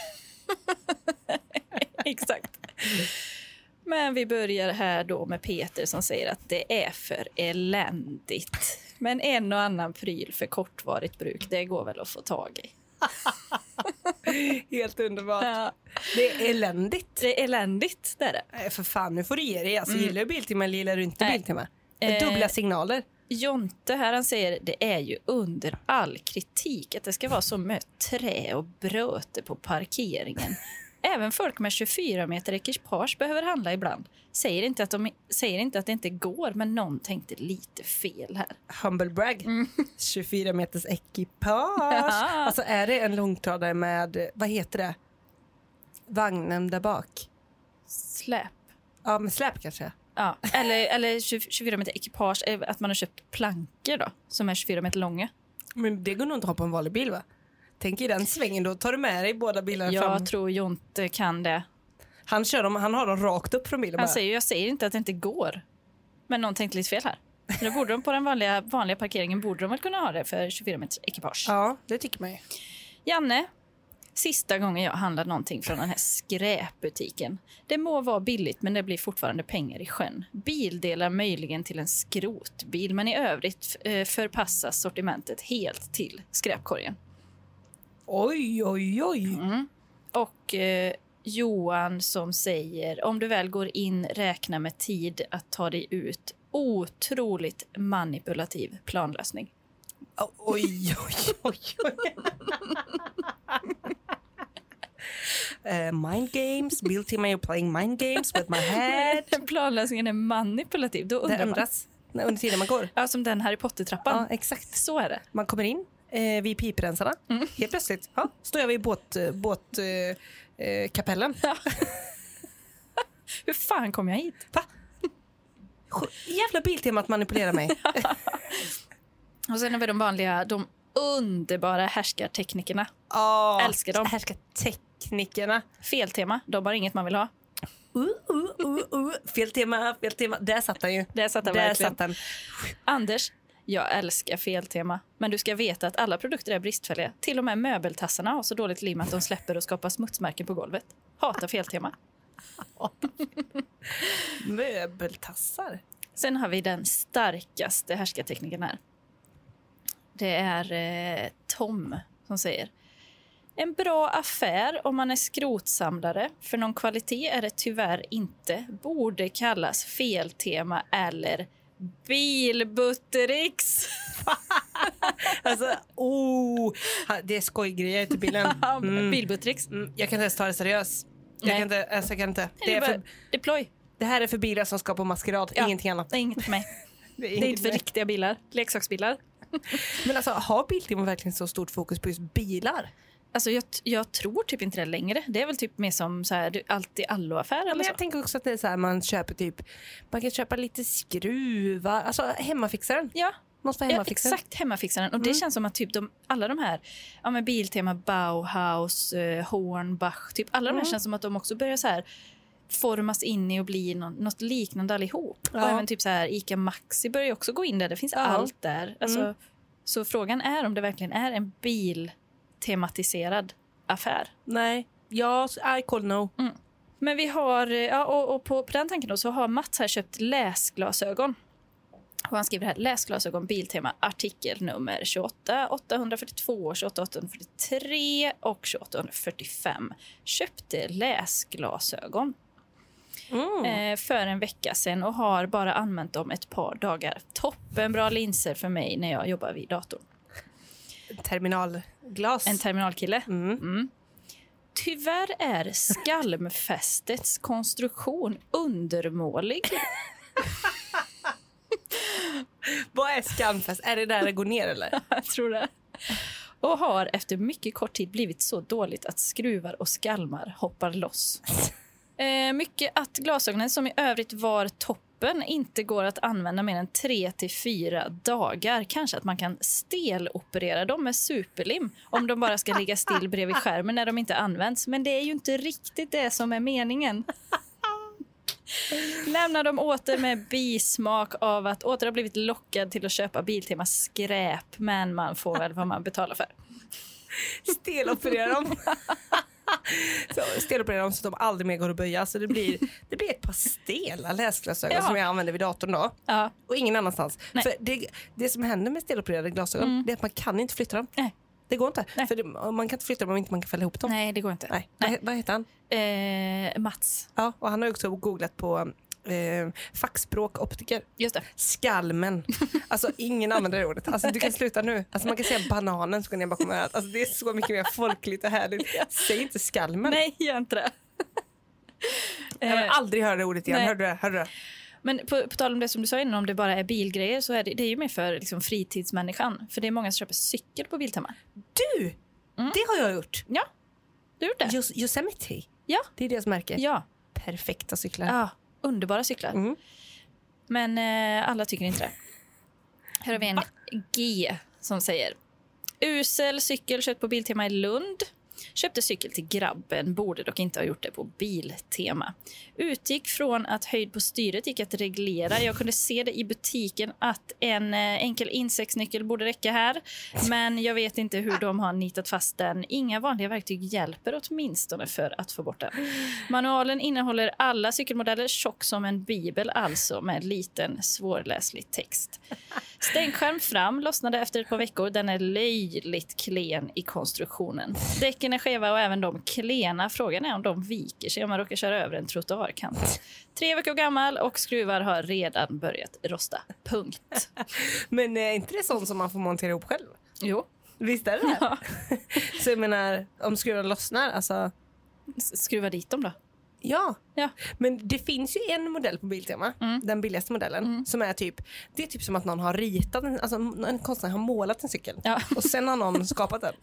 Speaker 1: Exakt. Men vi börjar här då med Peter som säger att det är för eländigt. Men en och annan pryl för kortvarigt bruk, det går väl att få tag i.
Speaker 2: Helt underbart.
Speaker 1: Ja.
Speaker 2: Det är eländigt.
Speaker 1: Det är eländigt, det är det.
Speaker 2: Nej, för fan, nu får du ge dig. Alltså, gillar du Biltema eller gillar du inte
Speaker 1: Nej.
Speaker 2: Biltema? Dubbla signaler.
Speaker 1: Jonte här, han säger det är ju under all kritik att det ska vara så mycket trä och bröte på parkeringen. Även folk med 24 meter ekipage behöver handla ibland. Säger inte att det inte går, men någon tänkte lite fel här.
Speaker 2: Humble brag. 24 meters ekipage.
Speaker 1: Ja.
Speaker 2: Alltså är det en långtradare med, vad heter det? Vagnen där bak.
Speaker 1: Släp.
Speaker 2: Ja, med släp kanske.
Speaker 1: Ja, eller 24 meter ekipage, att man har köpt plankor då, som är 24 meter långa.
Speaker 2: Men det går nog inte att ha på en vanlig bil, va? Tänk i den svängen, då tar du med dig båda bilarna fram.
Speaker 1: Jag tror Jonte kan det.
Speaker 2: Han har dem rakt upp från bilen.
Speaker 1: Han säger, jag säger inte att det inte går. Men någon tänkte lite fel här. Då borde de på den vanliga parkeringen borde de väl kunna ha det för 24 meters ekipage.
Speaker 2: Ja, det tycker man ju.
Speaker 1: Janne, sista gången jag handlade någonting från den här skräpbutiken. Det må vara billigt, men det blir fortfarande pengar i sjön. Bildelar möjligen till en skrotbil, men i övrigt förpassas sortimentet helt till skräpkorgen.
Speaker 2: Oj, oj, oj.
Speaker 1: Och Johan som säger, om du väl går in, räkna med tid att ta dig ut. Otroligt manipulativ planlösning.
Speaker 2: Oj, oj, oj, oj. Mind games, Biltema, you're playing mind games with my head.
Speaker 1: Planlösningen är manipulativ. Då
Speaker 2: Det
Speaker 1: undrar man.
Speaker 2: ändras under tiden man går.
Speaker 1: Ja, som den Harry Potter-trappan.
Speaker 2: Ja, exakt.
Speaker 1: Så är det.
Speaker 2: Man kommer in vid piprensarna. Helt plötsligt står jag vid båtkapellen.
Speaker 1: Hur fan kom jag hit?
Speaker 2: Va? Jävla Biltema att manipulera mig.
Speaker 1: Och sen har vi de vanliga, de underbara härskarteknikerna. Älskar dem.
Speaker 2: Härskarteknikerna.
Speaker 1: Feltema, de har inget man vill ha.
Speaker 2: Fel tema. Där satt den ju.
Speaker 1: Där satt den
Speaker 2: Där
Speaker 1: verkligen.
Speaker 2: satt den.
Speaker 1: Anders, jag älskar feltema. Men du ska veta att alla produkter är bristfälliga. Till och med möbeltassarna har så dåligt lim att de släpper och skapar smutsmärken på golvet. Hatar feltema.
Speaker 2: Möbeltassar.
Speaker 1: Sen har vi den starkaste härskartekniken här. Det är Tom som säger: en bra affär om man är skrotsamlare. För någon kvalitet är det tyvärr inte. Borde kallas feltema eller bilbutterix.
Speaker 2: Alltså, det är skojgrejer till bilen.
Speaker 1: Bilbutterix.
Speaker 2: Jag kan inte ens ta det seriöst. Jag kan inte.
Speaker 1: Det är bara deploy.
Speaker 2: Det här är för bilar som ska på maskerad, ingenting annat.
Speaker 1: Det är inget för mig. Det är inte för riktiga bilar, leksaksbilar.
Speaker 2: Men alltså, har Biltema verkligen så stort fokus på just bilar?
Speaker 1: Alltså jag tror typ inte det längre. Det är väl typ mer som så här, alltid allo-affär eller
Speaker 2: Men
Speaker 1: så.
Speaker 2: jag tänker också att det är så här, man kan köpa lite skruvar, alltså hemmafixaren.
Speaker 1: Ja.
Speaker 2: Måste vara hemmafixaren.
Speaker 1: Exakt, hemmafixaren. Och det känns som att typ alla de här, med Biltema, Bauhaus, Hornbach, typ alla de här känns som att de också börjar så här formas in i och bli något liknande allihop.
Speaker 2: Ja.
Speaker 1: Och även typ så här Ica Maxi börjar ju också gå in där. Det finns allt där. Alltså, så frågan är om det verkligen är en biltematiserad affär.
Speaker 2: Nej, I call no.
Speaker 1: Men vi har, och på den tanken då, så har Mats här köpt läsglasögon. Och han skriver här, läsglasögon Biltema, artikel nummer 28 842, 28 843 och 28 845. Köpte läsglasögon för en vecka sedan och har bara använt dem ett par dagar. Toppenbra linser för mig när jag jobbar vid datorn.
Speaker 2: Terminalglas.
Speaker 1: En terminalkille. Tyvärr är skalmfästets konstruktion undermålig.
Speaker 2: Vad är skamfest? Är det där det går ner eller?
Speaker 1: Jag tror det. Och har efter mycket kort tid blivit så dåligt att skruvar och skalmar hoppar loss. Mycket att glasögonen som i övrigt var toppen inte går att använda mer än 3 till 4 dagar. Kanske att man kan steloperera dem med superlim om de bara ska ligga still bredvid skärmen när de inte används. Men det är ju inte riktigt det som är meningen. Lämnar dem åter med bismak av att åter ha blivit lockad till att köpa Biltema skräp. Men man får väl vad man betalar för.
Speaker 2: Steloperera dem. Steloperera dem så att de aldrig mer går att böja. Så det blir ett par stela läsglasögon som jag använder vid datorn då.
Speaker 1: Ja.
Speaker 2: Och ingen annanstans.
Speaker 1: Nej.
Speaker 2: För det som händer med stelopererade glasögon det är att man kan inte flytta dem.
Speaker 1: Nej.
Speaker 2: Det går inte. För man kan inte flytta dem om inte man kan fälla ihop dem.
Speaker 1: Nej, det går inte.
Speaker 2: Nej. Vad heter han?
Speaker 1: Mats.
Speaker 2: Ja, och han har också googlat på fackspråk optiker.
Speaker 1: Just det.
Speaker 2: Skalmen. Alltså ingen använder det ordet. Alltså du kan sluta nu. Alltså man kan säga bananen så kan ni bara komma att alltså det är så mycket mer folkligt och härligt. Säg inte skalmen.
Speaker 1: Nej, gör inte det.
Speaker 2: Jag vill aldrig höra det ordet igen.
Speaker 1: Nej.
Speaker 2: Hörde du?
Speaker 1: Men på tal om det som du sa innan, om det bara är bilgrejer, så är det är ju mer för liksom, fritidsmänniskan. För det är många som köper cykel på Biltema.
Speaker 2: Du! Det har jag gjort.
Speaker 1: Ja, du har gjort det.
Speaker 2: Yosemite.
Speaker 1: Ja.
Speaker 2: Det är deras märke.
Speaker 1: Ja.
Speaker 2: Perfekta cyklar.
Speaker 1: Ja, underbara cyklar. Men alla tycker inte det. Här har vi en G som säger: usel cykel köpt på Biltema i Lund. Köpte cykel till grabben, borde dock inte ha gjort det på Biltema. Utgick från att höjd på styret gick att reglera. Jag kunde se det i butiken att en enkel insektsnyckel borde räcka här. Men jag vet inte hur de har nitat fast den. Inga vanliga verktyg hjälper åtminstone för att få bort den. Manualen innehåller alla cykelmodeller, tjock som en bibel, alltså med liten svårläslig text. Stänkskärm fram, lossnade efter ett par veckor. Den är löjligt klen i konstruktionen. Däcken är skeva och även de klena. Frågan är om de viker sig om man råkar köra över en trottoarkant. 3 veckor gammal och skruvar har redan börjat rosta. Punkt.
Speaker 2: Men är inte det sånt som man får montera ihop själv?
Speaker 1: Jo.
Speaker 2: Visst är det det?
Speaker 1: Ja.
Speaker 2: Så jag menar, om skruvar lossnar, alltså...
Speaker 1: Skruva dit dem då.
Speaker 2: Ja,
Speaker 1: Ja.
Speaker 2: Men det finns ju en modell på Biltema, den billigaste modellen, som är typ, det är typ som att någon har ritat en, alltså en konstnär har målat en cykel och sen har någon skapat den.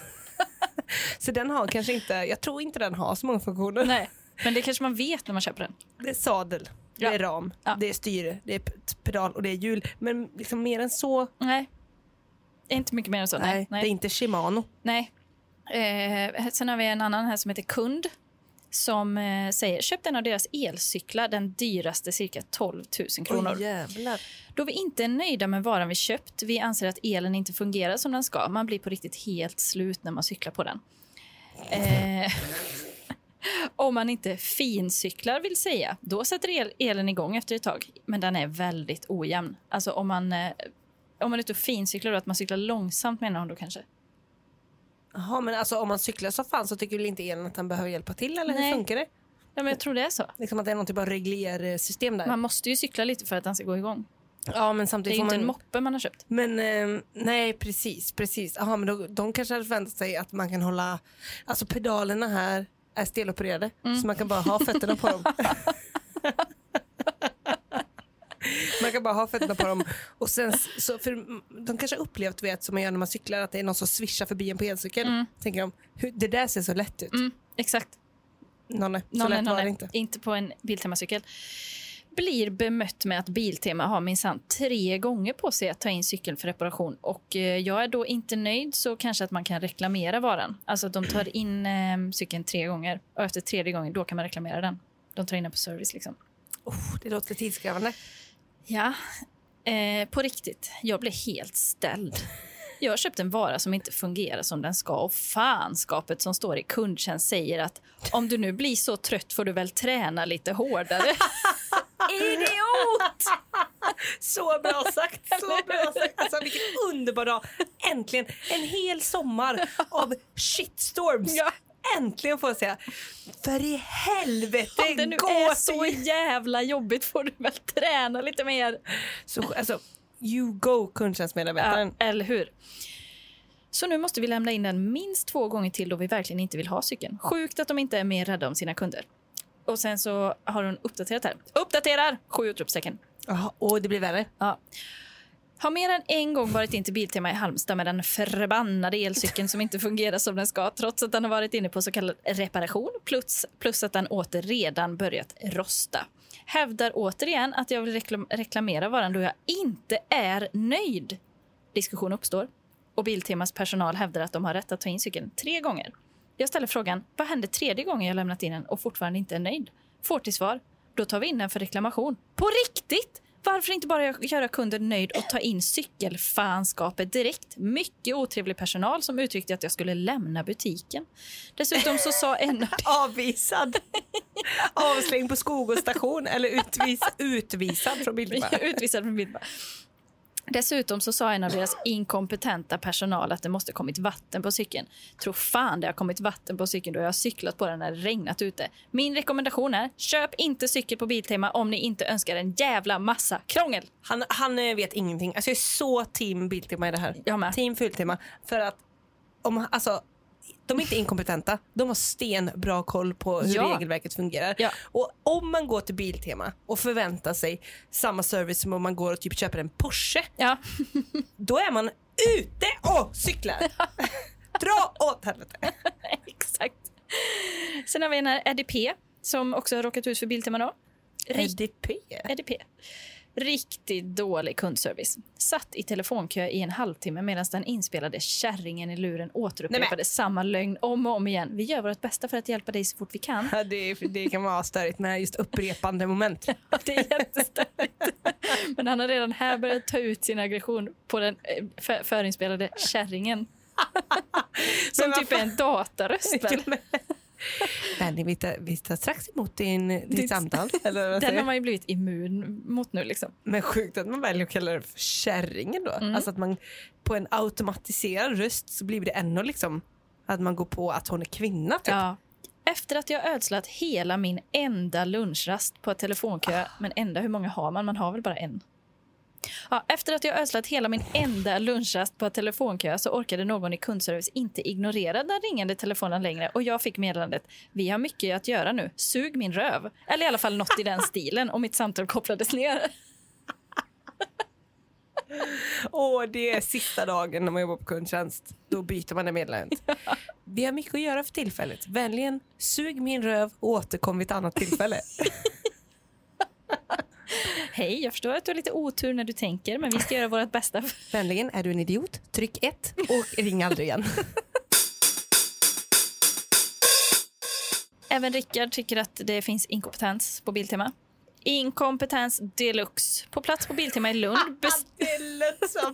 Speaker 2: Så den har kanske inte, jag tror inte den har så många funktioner.
Speaker 1: Nej, men det kanske man vet när man köper den.
Speaker 2: Det är sadel, det är ram, det är styre, det är pedal och det är hjul, men liksom mer än så.
Speaker 1: Nej, det är inte mycket mer än så. Nej.
Speaker 2: Det är inte Shimano.
Speaker 1: Nej. Sen har vi en annan här som heter Kund. Som säger, köpt en av deras elcyklar, den dyraste cirka 12 000 kronor.
Speaker 2: Oj, jävlar.
Speaker 1: Då vi inte är nöjda med varan vi köpt, vi anser att elen inte fungerar som den ska. Man blir på riktigt helt slut när man cyklar på den. Om man inte fincyklar vill säga, då sätter elen igång efter ett tag. Men den är väldigt ojämn. Alltså om man inte fincyklar, då att man cyklar långsamt menar hon då kanske.
Speaker 2: Jaha, men alltså om man cyklar så fan så tycker väl inte elen att han behöver hjälpa till, eller hur funkar det?
Speaker 1: Ja, men jag tror det är så.
Speaker 2: Liksom att det är någon typ av reglersystem där.
Speaker 1: Man måste ju cykla lite för att den ska gå igång.
Speaker 2: Ja, men samtidigt
Speaker 1: det är
Speaker 2: får
Speaker 1: inte en moppe man har köpt.
Speaker 2: Men nej, precis. Jaha, men de kanske hade förväntat sig att man kan hålla, alltså pedalerna här är stelopererade så man kan bara ha fötterna på dem. Man kan bara ha fötterna på dem. Och sen, så, för de kanske har upplevt, vet, som man gör när man cyklar, att det är någon som svischar förbi en på elcykel. Tänker de, det där ser så lätt ut.
Speaker 1: Exakt.
Speaker 2: Lätt var det inte.
Speaker 1: Inte på en Biltema-cykel. Blir bemött med att Biltema har minsann 3 gånger på sig att ta in cykeln för reparation. Och jag är då inte nöjd, så kanske att man kan reklamera varan. Alltså att de tar in cykeln 3 gånger. Och efter 3:e gången, då kan man reklamera den. De tar in den på service liksom.
Speaker 2: Det låter tidskrävande.
Speaker 1: Ja, på riktigt. Jag blev helt ställd. Jag har köpt en vara som inte fungerar som den ska, och fanskapet som står i kundtjänst säger att om du nu blir så trött får du väl träna lite hårdare. Idiot!
Speaker 2: Så bra sagt, så bra sagt. Alltså vilken underbar dag. Äntligen en hel sommar av shitstorms.
Speaker 1: Ja.
Speaker 2: Äntligen får jag säga. För i helvete,
Speaker 1: om det nu är så jävla jobbigt får du väl träna lite mer.
Speaker 2: Så, alltså, you go, kundtjänstmedarbetaren.
Speaker 1: Ja, eller hur? Så nu måste vi lämna in den minst 2 gånger till då vi verkligen inte vill ha cykeln. Sjukt att de inte är mer rädda om sina kunder. Och sen så har hon uppdaterat här. Uppdaterar! 7 utropstecken.
Speaker 2: Jaha, och det blir värre.
Speaker 1: Ja. Har mer än en gång varit in till Biltema i Halmstad med den förbannade elcykeln som inte fungerar som den ska, trots att den har varit inne på så kallad reparation plus att den åter redan börjat rosta. Hävdar återigen att jag vill reklamera varan då jag inte är nöjd. Diskussion uppstår och Biltemas personal hävdar att de har rätt att ta in cykeln 3 gånger. Jag ställer frågan, vad händer 3:e gången jag lämnat in den och fortfarande inte är nöjd? Får till svar, då tar vi in den för reklamation. På riktigt? Varför inte bara göra kunden nöjd och ta in cykelfanskapet direkt? Mycket otrevlig personal som uttryckte att jag skulle lämna butiken. Dessutom så sa en...
Speaker 2: Avvisad. Avslängd på Skogås station eller utvisad från Biltema.
Speaker 1: Utvisad från Biltema. Dessutom så sa en av deras inkompetenta personal att det måste kommit vatten på cykeln. Tror fan det har kommit vatten på cykeln då jag har cyklat på den när det regnat ute. Min rekommendation är, köp inte cykel på Biltema om ni inte önskar en jävla massa krångel.
Speaker 2: Han vet ingenting. Alltså jag är så team Biltema i det här.
Speaker 1: Jag med.
Speaker 2: Team Fultema. För att de är inte inkompetenta. De har stenbra koll på hur regelverket fungerar. Ja. Och om man går till Biltema och förväntar sig samma service som om man går och typ köper en Porsche. Ja. Då är man ute och cyklar. Dra åt helvete.
Speaker 1: Exakt. Sen har vi den här EDP som också har råkat ut för Biltema då. EDP. Riktigt dålig kundservice. Satt i telefonkö i en halvtimme medan den inspelade kärringen i luren återupprepade samma lögn om och om igen. Vi gör vårt bästa för att hjälpa dig så fort vi kan.
Speaker 2: Ja, det kan vara störigt med just upprepande moment.
Speaker 1: Det är jättestörigt. Men han har redan här börjat ta ut sin aggression på den förinspelade kärringen. Som typ är en dataröst väl?
Speaker 2: Men vi tar strax emot ditt samtal. Eller
Speaker 1: den har man ju blivit immun mot nu liksom.
Speaker 2: Men sjukt att man väljer att kalla det för kärringen då. Alltså att man på en automatiserad röst så blir det ändå liksom att man går på att hon är kvinna typ. Ja.
Speaker 1: Efter att jag ödslat hela min enda lunchrast på ett telefonkö, men hur många har man? Man har väl bara en. Ja, efter att jag ödslat hela min enda lunchrast på telefonkö så orkade någon i kundservice inte ignorera den ringande telefonen längre och jag fick meddelandet: vi har mycket att göra nu, sug min röv. Eller i alla fall något i den stilen, och mitt samtal kopplades ner.
Speaker 2: Det är sista dagen när man jobbar på kundtjänst. Då byter man det meddelandet. Vi har mycket att göra för tillfället. Vänligen sug min röv och återkom vid ett annat tillfälle.
Speaker 1: Hej, jag förstår att du har lite otur när du tänker, men vi ska göra vårt bästa.
Speaker 2: Vänligen, är du en idiot? Tryck 1 och ring aldrig igen.
Speaker 1: Även Rickard tycker att det finns inkompetens på Biltema. Inkompetens deluxe. På plats på Biltema i Lund.
Speaker 2: Deluxe.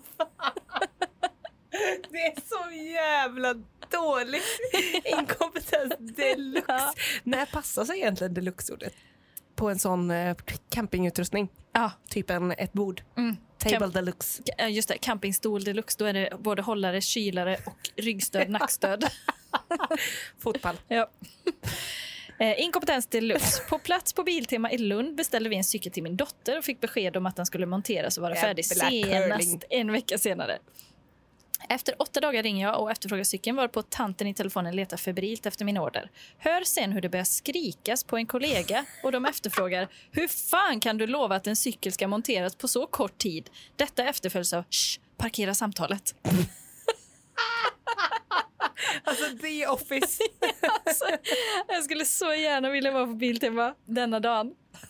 Speaker 2: Det är så jävla dåligt. Inkompetens deluxe. Ja. När passar sig egentligen deluxe-ordet? På en sån campingutrustning. Ja. Typ ett bord. Table deluxe.
Speaker 1: Just det, campingstol deluxe. Då är det både hållare, kylare och ryggstöd, nackstöd.
Speaker 2: Fotboll.
Speaker 1: Ja. Inkompetens deluxe. På plats på Biltema i Lund beställde vi en cykel till min dotter och fick besked om att den skulle monteras och vara färdig senast en vecka senare. Efter 8 dagar ringer jag och efterfrågar cykeln, var på tanten i telefonen letar febrilt efter min order. Hör sen hur det börjar skrikas på en kollega och de efterfrågar: hur fan kan du lova att en cykel ska monteras på så kort tid? Detta efterföljs av: parkera samtalet.
Speaker 2: Alltså, The Office.
Speaker 1: Alltså, jag skulle så gärna vilja vara på Biltema denna dagen.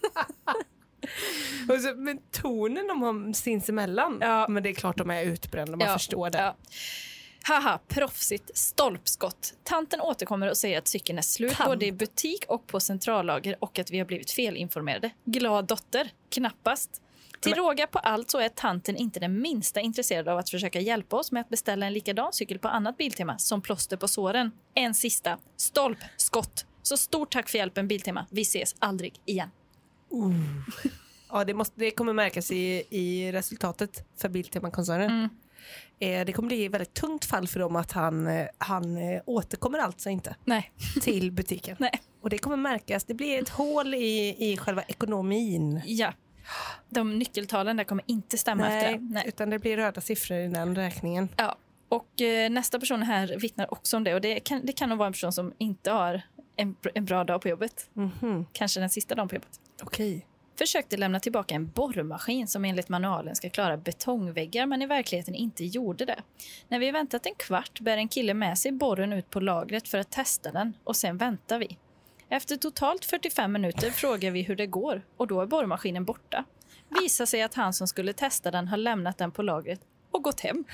Speaker 2: Men tonen de har sinsemellan. Ja. Men det är klart de är utbrända, man förstår det. Ja.
Speaker 1: Haha, proffsigt stolpskott. Tanten återkommer och säger att cykeln är slut både i butik och på centrallager och att vi har blivit felinformerade. Glad dotter, knappast. Till råga på allt så är tanten inte den minsta intresserad av att försöka hjälpa oss med att beställa en likadan cykel på annat Biltema som plåster på såren. En sista, stolpskott. Så stort tack för hjälpen Biltema. Vi ses aldrig igen.
Speaker 2: Ja, det kommer märkas i resultatet för Biltema-koncernen. Det kommer bli ett väldigt tungt fall för dem att han återkommer alltså inte till butiken. Nej. Och det kommer märkas. Det blir ett hål i själva ekonomin.
Speaker 1: Ja. De nyckeltalen där kommer inte stämma efter.
Speaker 2: Nej, utan det blir röda siffror i den räkningen.
Speaker 1: Ja. Och nästa person här vittnar också om det. Och det kan nog vara en person som inte har en bra dag på jobbet. Kanske den sista dagen på jobbet.
Speaker 2: Okej.
Speaker 1: Försökte lämna tillbaka en borrmaskin som enligt manualen ska klara betongväggar, men i verkligheten inte gjorde det. När vi väntat en kvart bär en kille med sig borren ut på lagret för att testa den och sen väntar vi. Efter totalt 45 minuter frågar vi hur det går och då är borrmaskinen borta. Visar sig att han som skulle testa den har lämnat den på lagret och gått hem.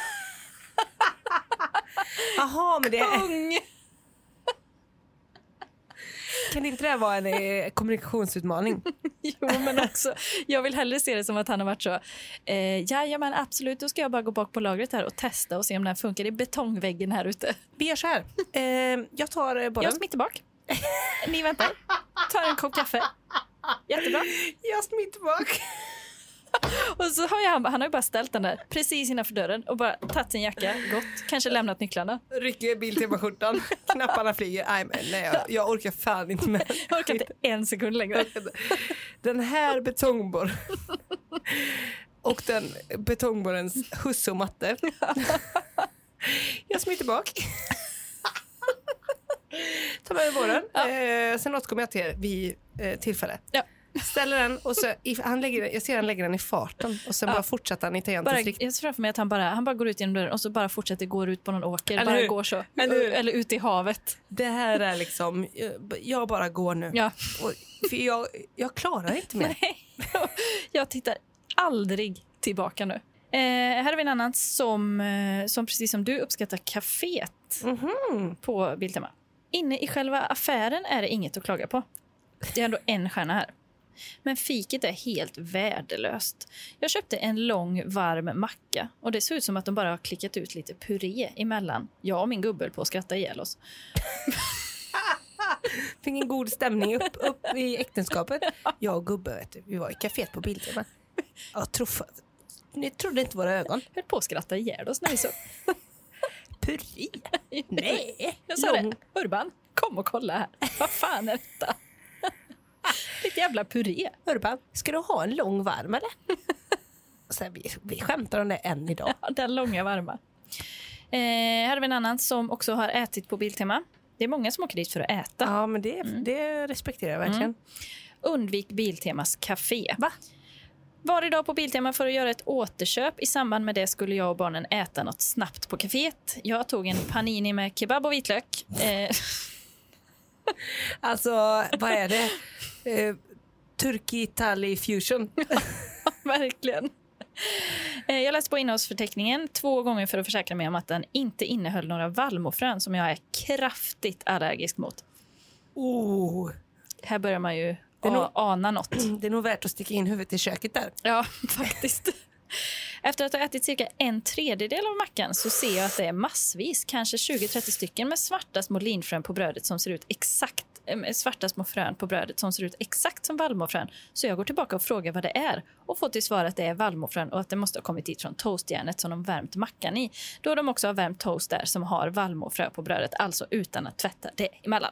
Speaker 2: Jaha, men det är... Kan inte det vara en kommunikationsutmaning?
Speaker 1: Jo, men också, jag vill hellre se det som att han har varit så. Ja, men absolut, då ska jag bara gå bak på lagret här och testa och se om den funkar i betongväggen här ute.
Speaker 2: Vi gör så här. Jag tar bollen.
Speaker 1: Jag smittar bak. Ni väntar. Tar en kopp kaffe. Jättebra.
Speaker 2: Jag smittar bak.
Speaker 1: Och Och så har han har ju bara ställt den där precis innanför dörren och bara tagit sin jacka, gått, kanske lämnat nycklarna.
Speaker 2: Rycker Biltema-skjortan, knapparna flyger. Nej, jag orkar fan inte med.
Speaker 1: Jag orkar inte en sekund längre.
Speaker 2: Den här betongborren och den betongborrens husse och matte. Jag smiter bak. Ta med borren. Sen återkommer jag till er vid tillfälle.
Speaker 1: Ja.
Speaker 2: Ställer den och så jag ser han lägger den i farten och sen bara fortsätter han i tangentens riktning.
Speaker 1: Jag ser framför mig att han bara går ut genom dörren och så bara fortsätter gå ut på någon åker.
Speaker 2: Eller
Speaker 1: bara
Speaker 2: hur?
Speaker 1: går så.
Speaker 2: Eller
Speaker 1: ut i havet.
Speaker 2: Det här är liksom, jag bara går nu.
Speaker 1: Ja.
Speaker 2: För jag klarar inte mer.
Speaker 1: Nej. Jag tittar aldrig tillbaka nu. Här har vi en annan som precis som du uppskattar kaféet på Biltema. Inne i själva affären är det inget att klaga på. Det är ändå en stjärna här. Men fiket är helt värdelöst. Jag köpte en lång varm macka och det ser ut som att de bara har klickat ut lite puré emellan. Jag och min gubbe höll på att skratta ihjäl oss.
Speaker 2: Fick en god stämning upp i äktenskapet. Jag och gubbe, vet du, vi var i kaféet på Biltema. Ni trodde inte våra ögon.
Speaker 1: Höll på att skratta ihjäl oss när vi så.
Speaker 2: Puré? Nej.
Speaker 1: Jag sa det. Urban, kom och kolla här. Vad fan är detta? Lite jävla puré.
Speaker 2: Urban, ska du ha en lång varm eller? Så här, vi skämtar om det än idag.
Speaker 1: Ja, den långa varma. Här har vi en annan som också har ätit på Biltema. Det är många som åker dit för att äta.
Speaker 2: Ja, men det respekterar jag verkligen.
Speaker 1: Undvik Biltemas café.
Speaker 2: Va?
Speaker 1: Var idag på Biltema för att göra ett återköp. I samband med det skulle jag och barnen äta något snabbt på kaféet. Jag tog en panini med kebab och vitlök.
Speaker 2: Alltså, vad är det? Turki-Itali fusion.
Speaker 1: Verkligen. Jag läste på innehållsförteckningen 2 gånger för att försäkra mig om att den inte innehöll några vallmofrön som jag är kraftigt allergisk mot. Här börjar man ju ana något.
Speaker 2: Det är nog värt att sticka in huvudet i köket där.
Speaker 1: Ja, faktiskt. Efter att ha ätit cirka 1/3 av mackan så ser jag att det är massvis, kanske 20-30 stycken med svarta små linfrön på brödet som ser ut exakt svarta små frön på brödet som ser ut exakt som vallmofrön. Så jag går tillbaka och frågar vad det är och får till svar att det är vallmofrön och att det måste ha kommit dit från toastjärnet som de värmt mackan i. Då de också har värmt toast där som har vallmofrö på brödet, alltså utan att tvätta det emellan.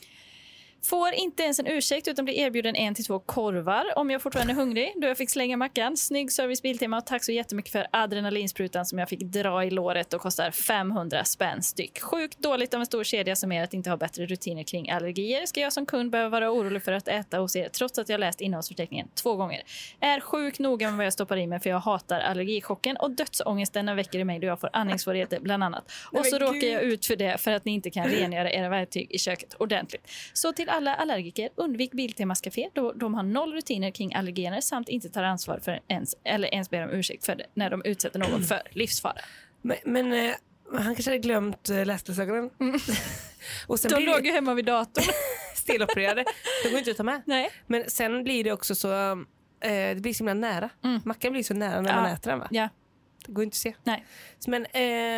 Speaker 1: Får inte ens en ursäkt utan blir erbjuden 1-2 korvar om jag fortfarande är hungrig då jag fick slänga mackan. Snygg service Biltema och tack så jättemycket för adrenalinsprutan som jag fick dra i låret och kostar 500 spänn styck. Sjukt dåligt av en stor kedja som är att inte ha bättre rutiner kring allergier. Ska jag som kund behöva vara orolig för att äta hos er trots att jag läst innehållsförteckningen 2 gånger. Är sjukt noga med vad jag stoppar i mig för jag hatar allergichocken och dödsångesten den väcker i mig då jag får andningssvårigheter bland annat. Och så råkar jag ut för det för att ni inte kan rengöra era verktyg i köket ordentligt. Så till alla allergiker, undvik Biltemas café då de har 0 rutiner kring allergener samt inte tar ansvar för ens ber om ursäkt för det när de utsätter någon för livsfara.
Speaker 2: Men han kanske hade glömt läsglasögonen. Och sen
Speaker 1: de låg ju hemma vid datorn.
Speaker 2: Stilopererade. Det går inte att ta med.
Speaker 1: Nej.
Speaker 2: Men sen blir det också så det blir så himla nära. Mackan blir så nära när man äter den va?
Speaker 1: Ja.
Speaker 2: Det går inte att se.
Speaker 1: Nej.
Speaker 2: Men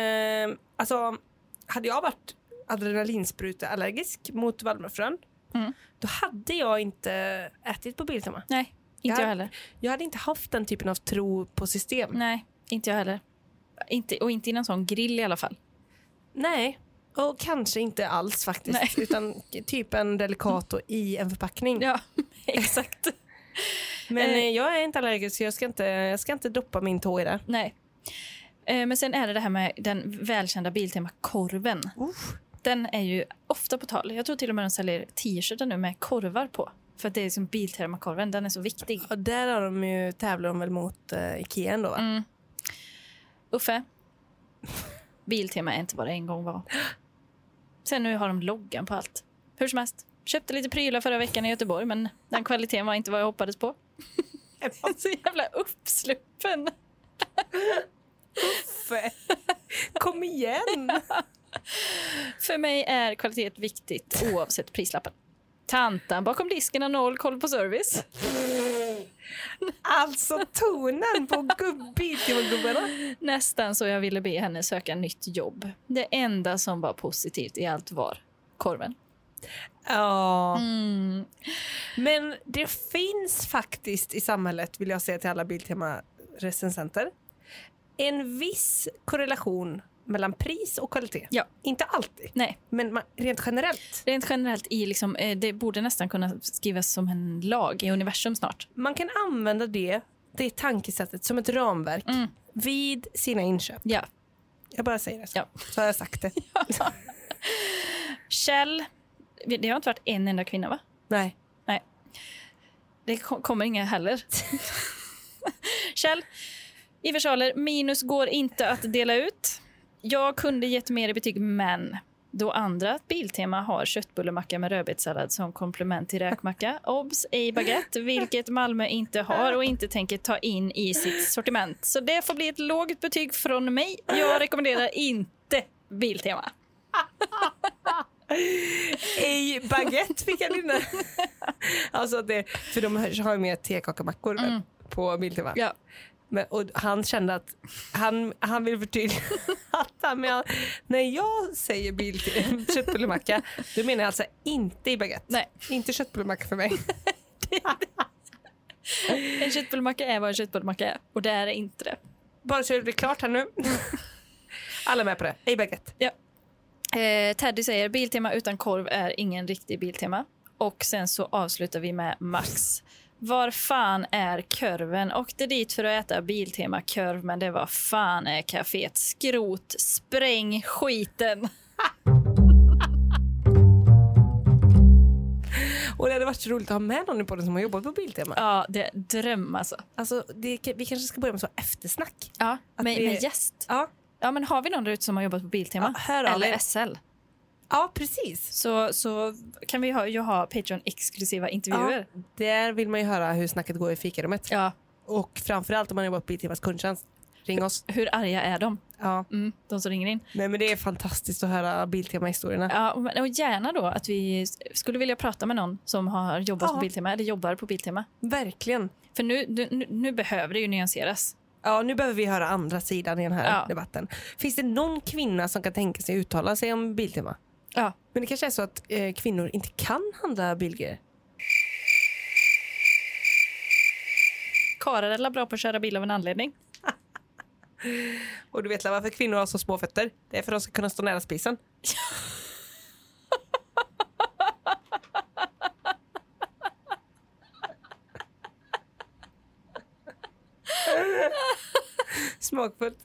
Speaker 2: alltså hade jag varit adrenalinspruta allergisk mot vallmofrön då hade jag inte ätit på Biltema.
Speaker 1: Nej, inte jag heller.
Speaker 2: Jag hade inte haft den typen av tro på system.
Speaker 1: Nej, inte jag heller. Inte i någon sån grill i alla fall.
Speaker 2: Nej, och kanske inte alls faktiskt. Nej. Utan typ en Delicato i en förpackning.
Speaker 1: Ja, exakt.
Speaker 2: Men jag är inte allergisk så jag ska inte droppa min tå i det.
Speaker 1: Nej. Men sen är det här med den välkända Biltema-korven. Den är ju ofta på tal. Jag tror till och med de säljer t-shirtar nu med korvar på. För att det är som Biltema-korven, den är så viktig.
Speaker 2: Och där har de ju tävlar de väl mot Ikea ändå va?
Speaker 1: Uffe. Biltema är inte bara en gång var. Sen nu har de loggan på allt. Hur som helst. Köpte lite prylar förra veckan i Göteborg men den kvaliteten var inte vad jag hoppades på. Jag är så jävla uppsluppen.
Speaker 2: Uffe. Kom igen.
Speaker 1: För mig är kvalitet viktigt oavsett prislappen. Tantan bakom disken har 0 koll på service.
Speaker 2: Alltså tonen på gubbarna.
Speaker 1: Nästan så jag ville be henne söka nytt jobb. Det enda som var positivt i allt var korven.
Speaker 2: Ja. Men det finns faktiskt i samhället vill jag säga till alla Biltema recensenter. En viss korrelation mellan pris och kvalitet.
Speaker 1: Ja.
Speaker 2: Inte alltid.
Speaker 1: Nej.
Speaker 2: Men rent generellt.
Speaker 1: Rent generellt i liksom, det borde nästan kunna skrivas som en lag i universum snart.
Speaker 2: Man kan använda det tankesättet som ett ramverk vid sina inköp.
Speaker 1: Ja.
Speaker 2: Jag bara säger det så.
Speaker 1: Ja.
Speaker 2: Så har jag sagt det.
Speaker 1: Kjell, det har inte varit en enda kvinna, va?
Speaker 2: Nej.
Speaker 1: Det kommer inga heller. Kjell, i versaler, minus går inte att dela ut. Jag kunde gett mer i betyg, men då andra Biltema har köttbullemacka med rödbetssallad som komplement till räkmacka. Obs, ej baguette, vilket Malmö inte har och inte tänker ta in i sitt sortiment. Så det får bli ett lågt betyg från mig. Jag rekommenderar inte Biltema.
Speaker 2: Ej baguette fick jag inne. Alltså för de har ju med tekakamackor på Biltema.
Speaker 1: Ja.
Speaker 2: Men, och han kände att han vill förtydliga att när jag säger köttbullemacka, då menar jag alltså inte i baguette.
Speaker 1: Nej.
Speaker 2: Inte köttbullemacka för mig.
Speaker 1: En köttbullemacka är vad en köttbullemacka är, och det är inte det.
Speaker 2: Bara så är det klart här nu. Alla med på det. Ej baguette.
Speaker 1: Ja. Teddy säger Biltema utan korv är ingen riktig Biltema. Och sen så avslutar vi med Max. Var fan är körven? Åkte dit för att äta Biltema-körv, men det var fan är kaféet. Skrot, spräng skiten.
Speaker 2: Och det hade varit så roligt att ha med någon på den som har jobbat på Biltema.
Speaker 1: Ja, det är dröm alltså.
Speaker 2: Alltså, vi kanske ska börja med så eftersnack.
Speaker 1: Ja, med gäst.
Speaker 2: Ja.
Speaker 1: Ja, men har vi någon där ute som har jobbat på Biltema?
Speaker 2: Ja, hör av
Speaker 1: eller
Speaker 2: er.
Speaker 1: SL?
Speaker 2: Ja, precis.
Speaker 1: Så kan vi ha Patreon-exklusiva intervjuer.
Speaker 2: Ja, där vill man ju höra hur snacket går i fikarummet.
Speaker 1: Ja.
Speaker 2: Och framförallt om man jobbar på Biltemas kundtjänst. Ring oss.
Speaker 1: Hur arga är de?
Speaker 2: Ja.
Speaker 1: De som ringer in.
Speaker 2: Nej, men det är fantastiskt att höra Biltema-historierna.
Speaker 1: Ja, och gärna då att vi skulle vilja prata med någon som har jobbat på Biltema eller jobbar på Biltema.
Speaker 2: Verkligen.
Speaker 1: För nu behöver det ju nyanseras.
Speaker 2: Ja, nu behöver vi höra andra sidan i den här debatten. Finns det någon kvinna som kan tänka sig uttala sig om Biltema?
Speaker 1: Ja.
Speaker 2: Men det kanske är så att kvinnor inte kan handla bilgrejer.
Speaker 1: Karar är bra på att köra bil av en anledning.
Speaker 2: Och du vet varför kvinnor har så små fötter? Det är för att de ska kunna stå nära spisen. Smakfullt.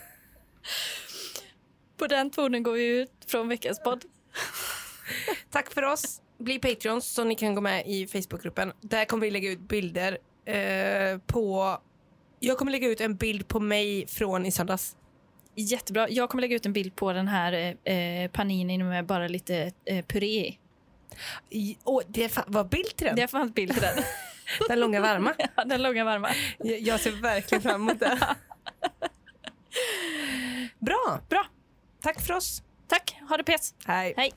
Speaker 1: På den tonen går vi ut från veckans podd.
Speaker 2: Tack för oss. Bli Patreons så ni kan gå med i Facebookgruppen. Där kommer vi lägga ut bilder på... Jag kommer lägga ut en bild på mig från i söndags.
Speaker 1: Jättebra. Jag kommer lägga ut en bild på den här paninin med bara lite puré.
Speaker 2: Det var bild till den?
Speaker 1: Det fanns bild till den.
Speaker 2: Den långa varma.
Speaker 1: Ja, den långa varma.
Speaker 2: Jag ser verkligen fram emot det. Bra. Tack för oss.
Speaker 1: Tack. Ha det pes.
Speaker 2: Hej.
Speaker 1: Hej.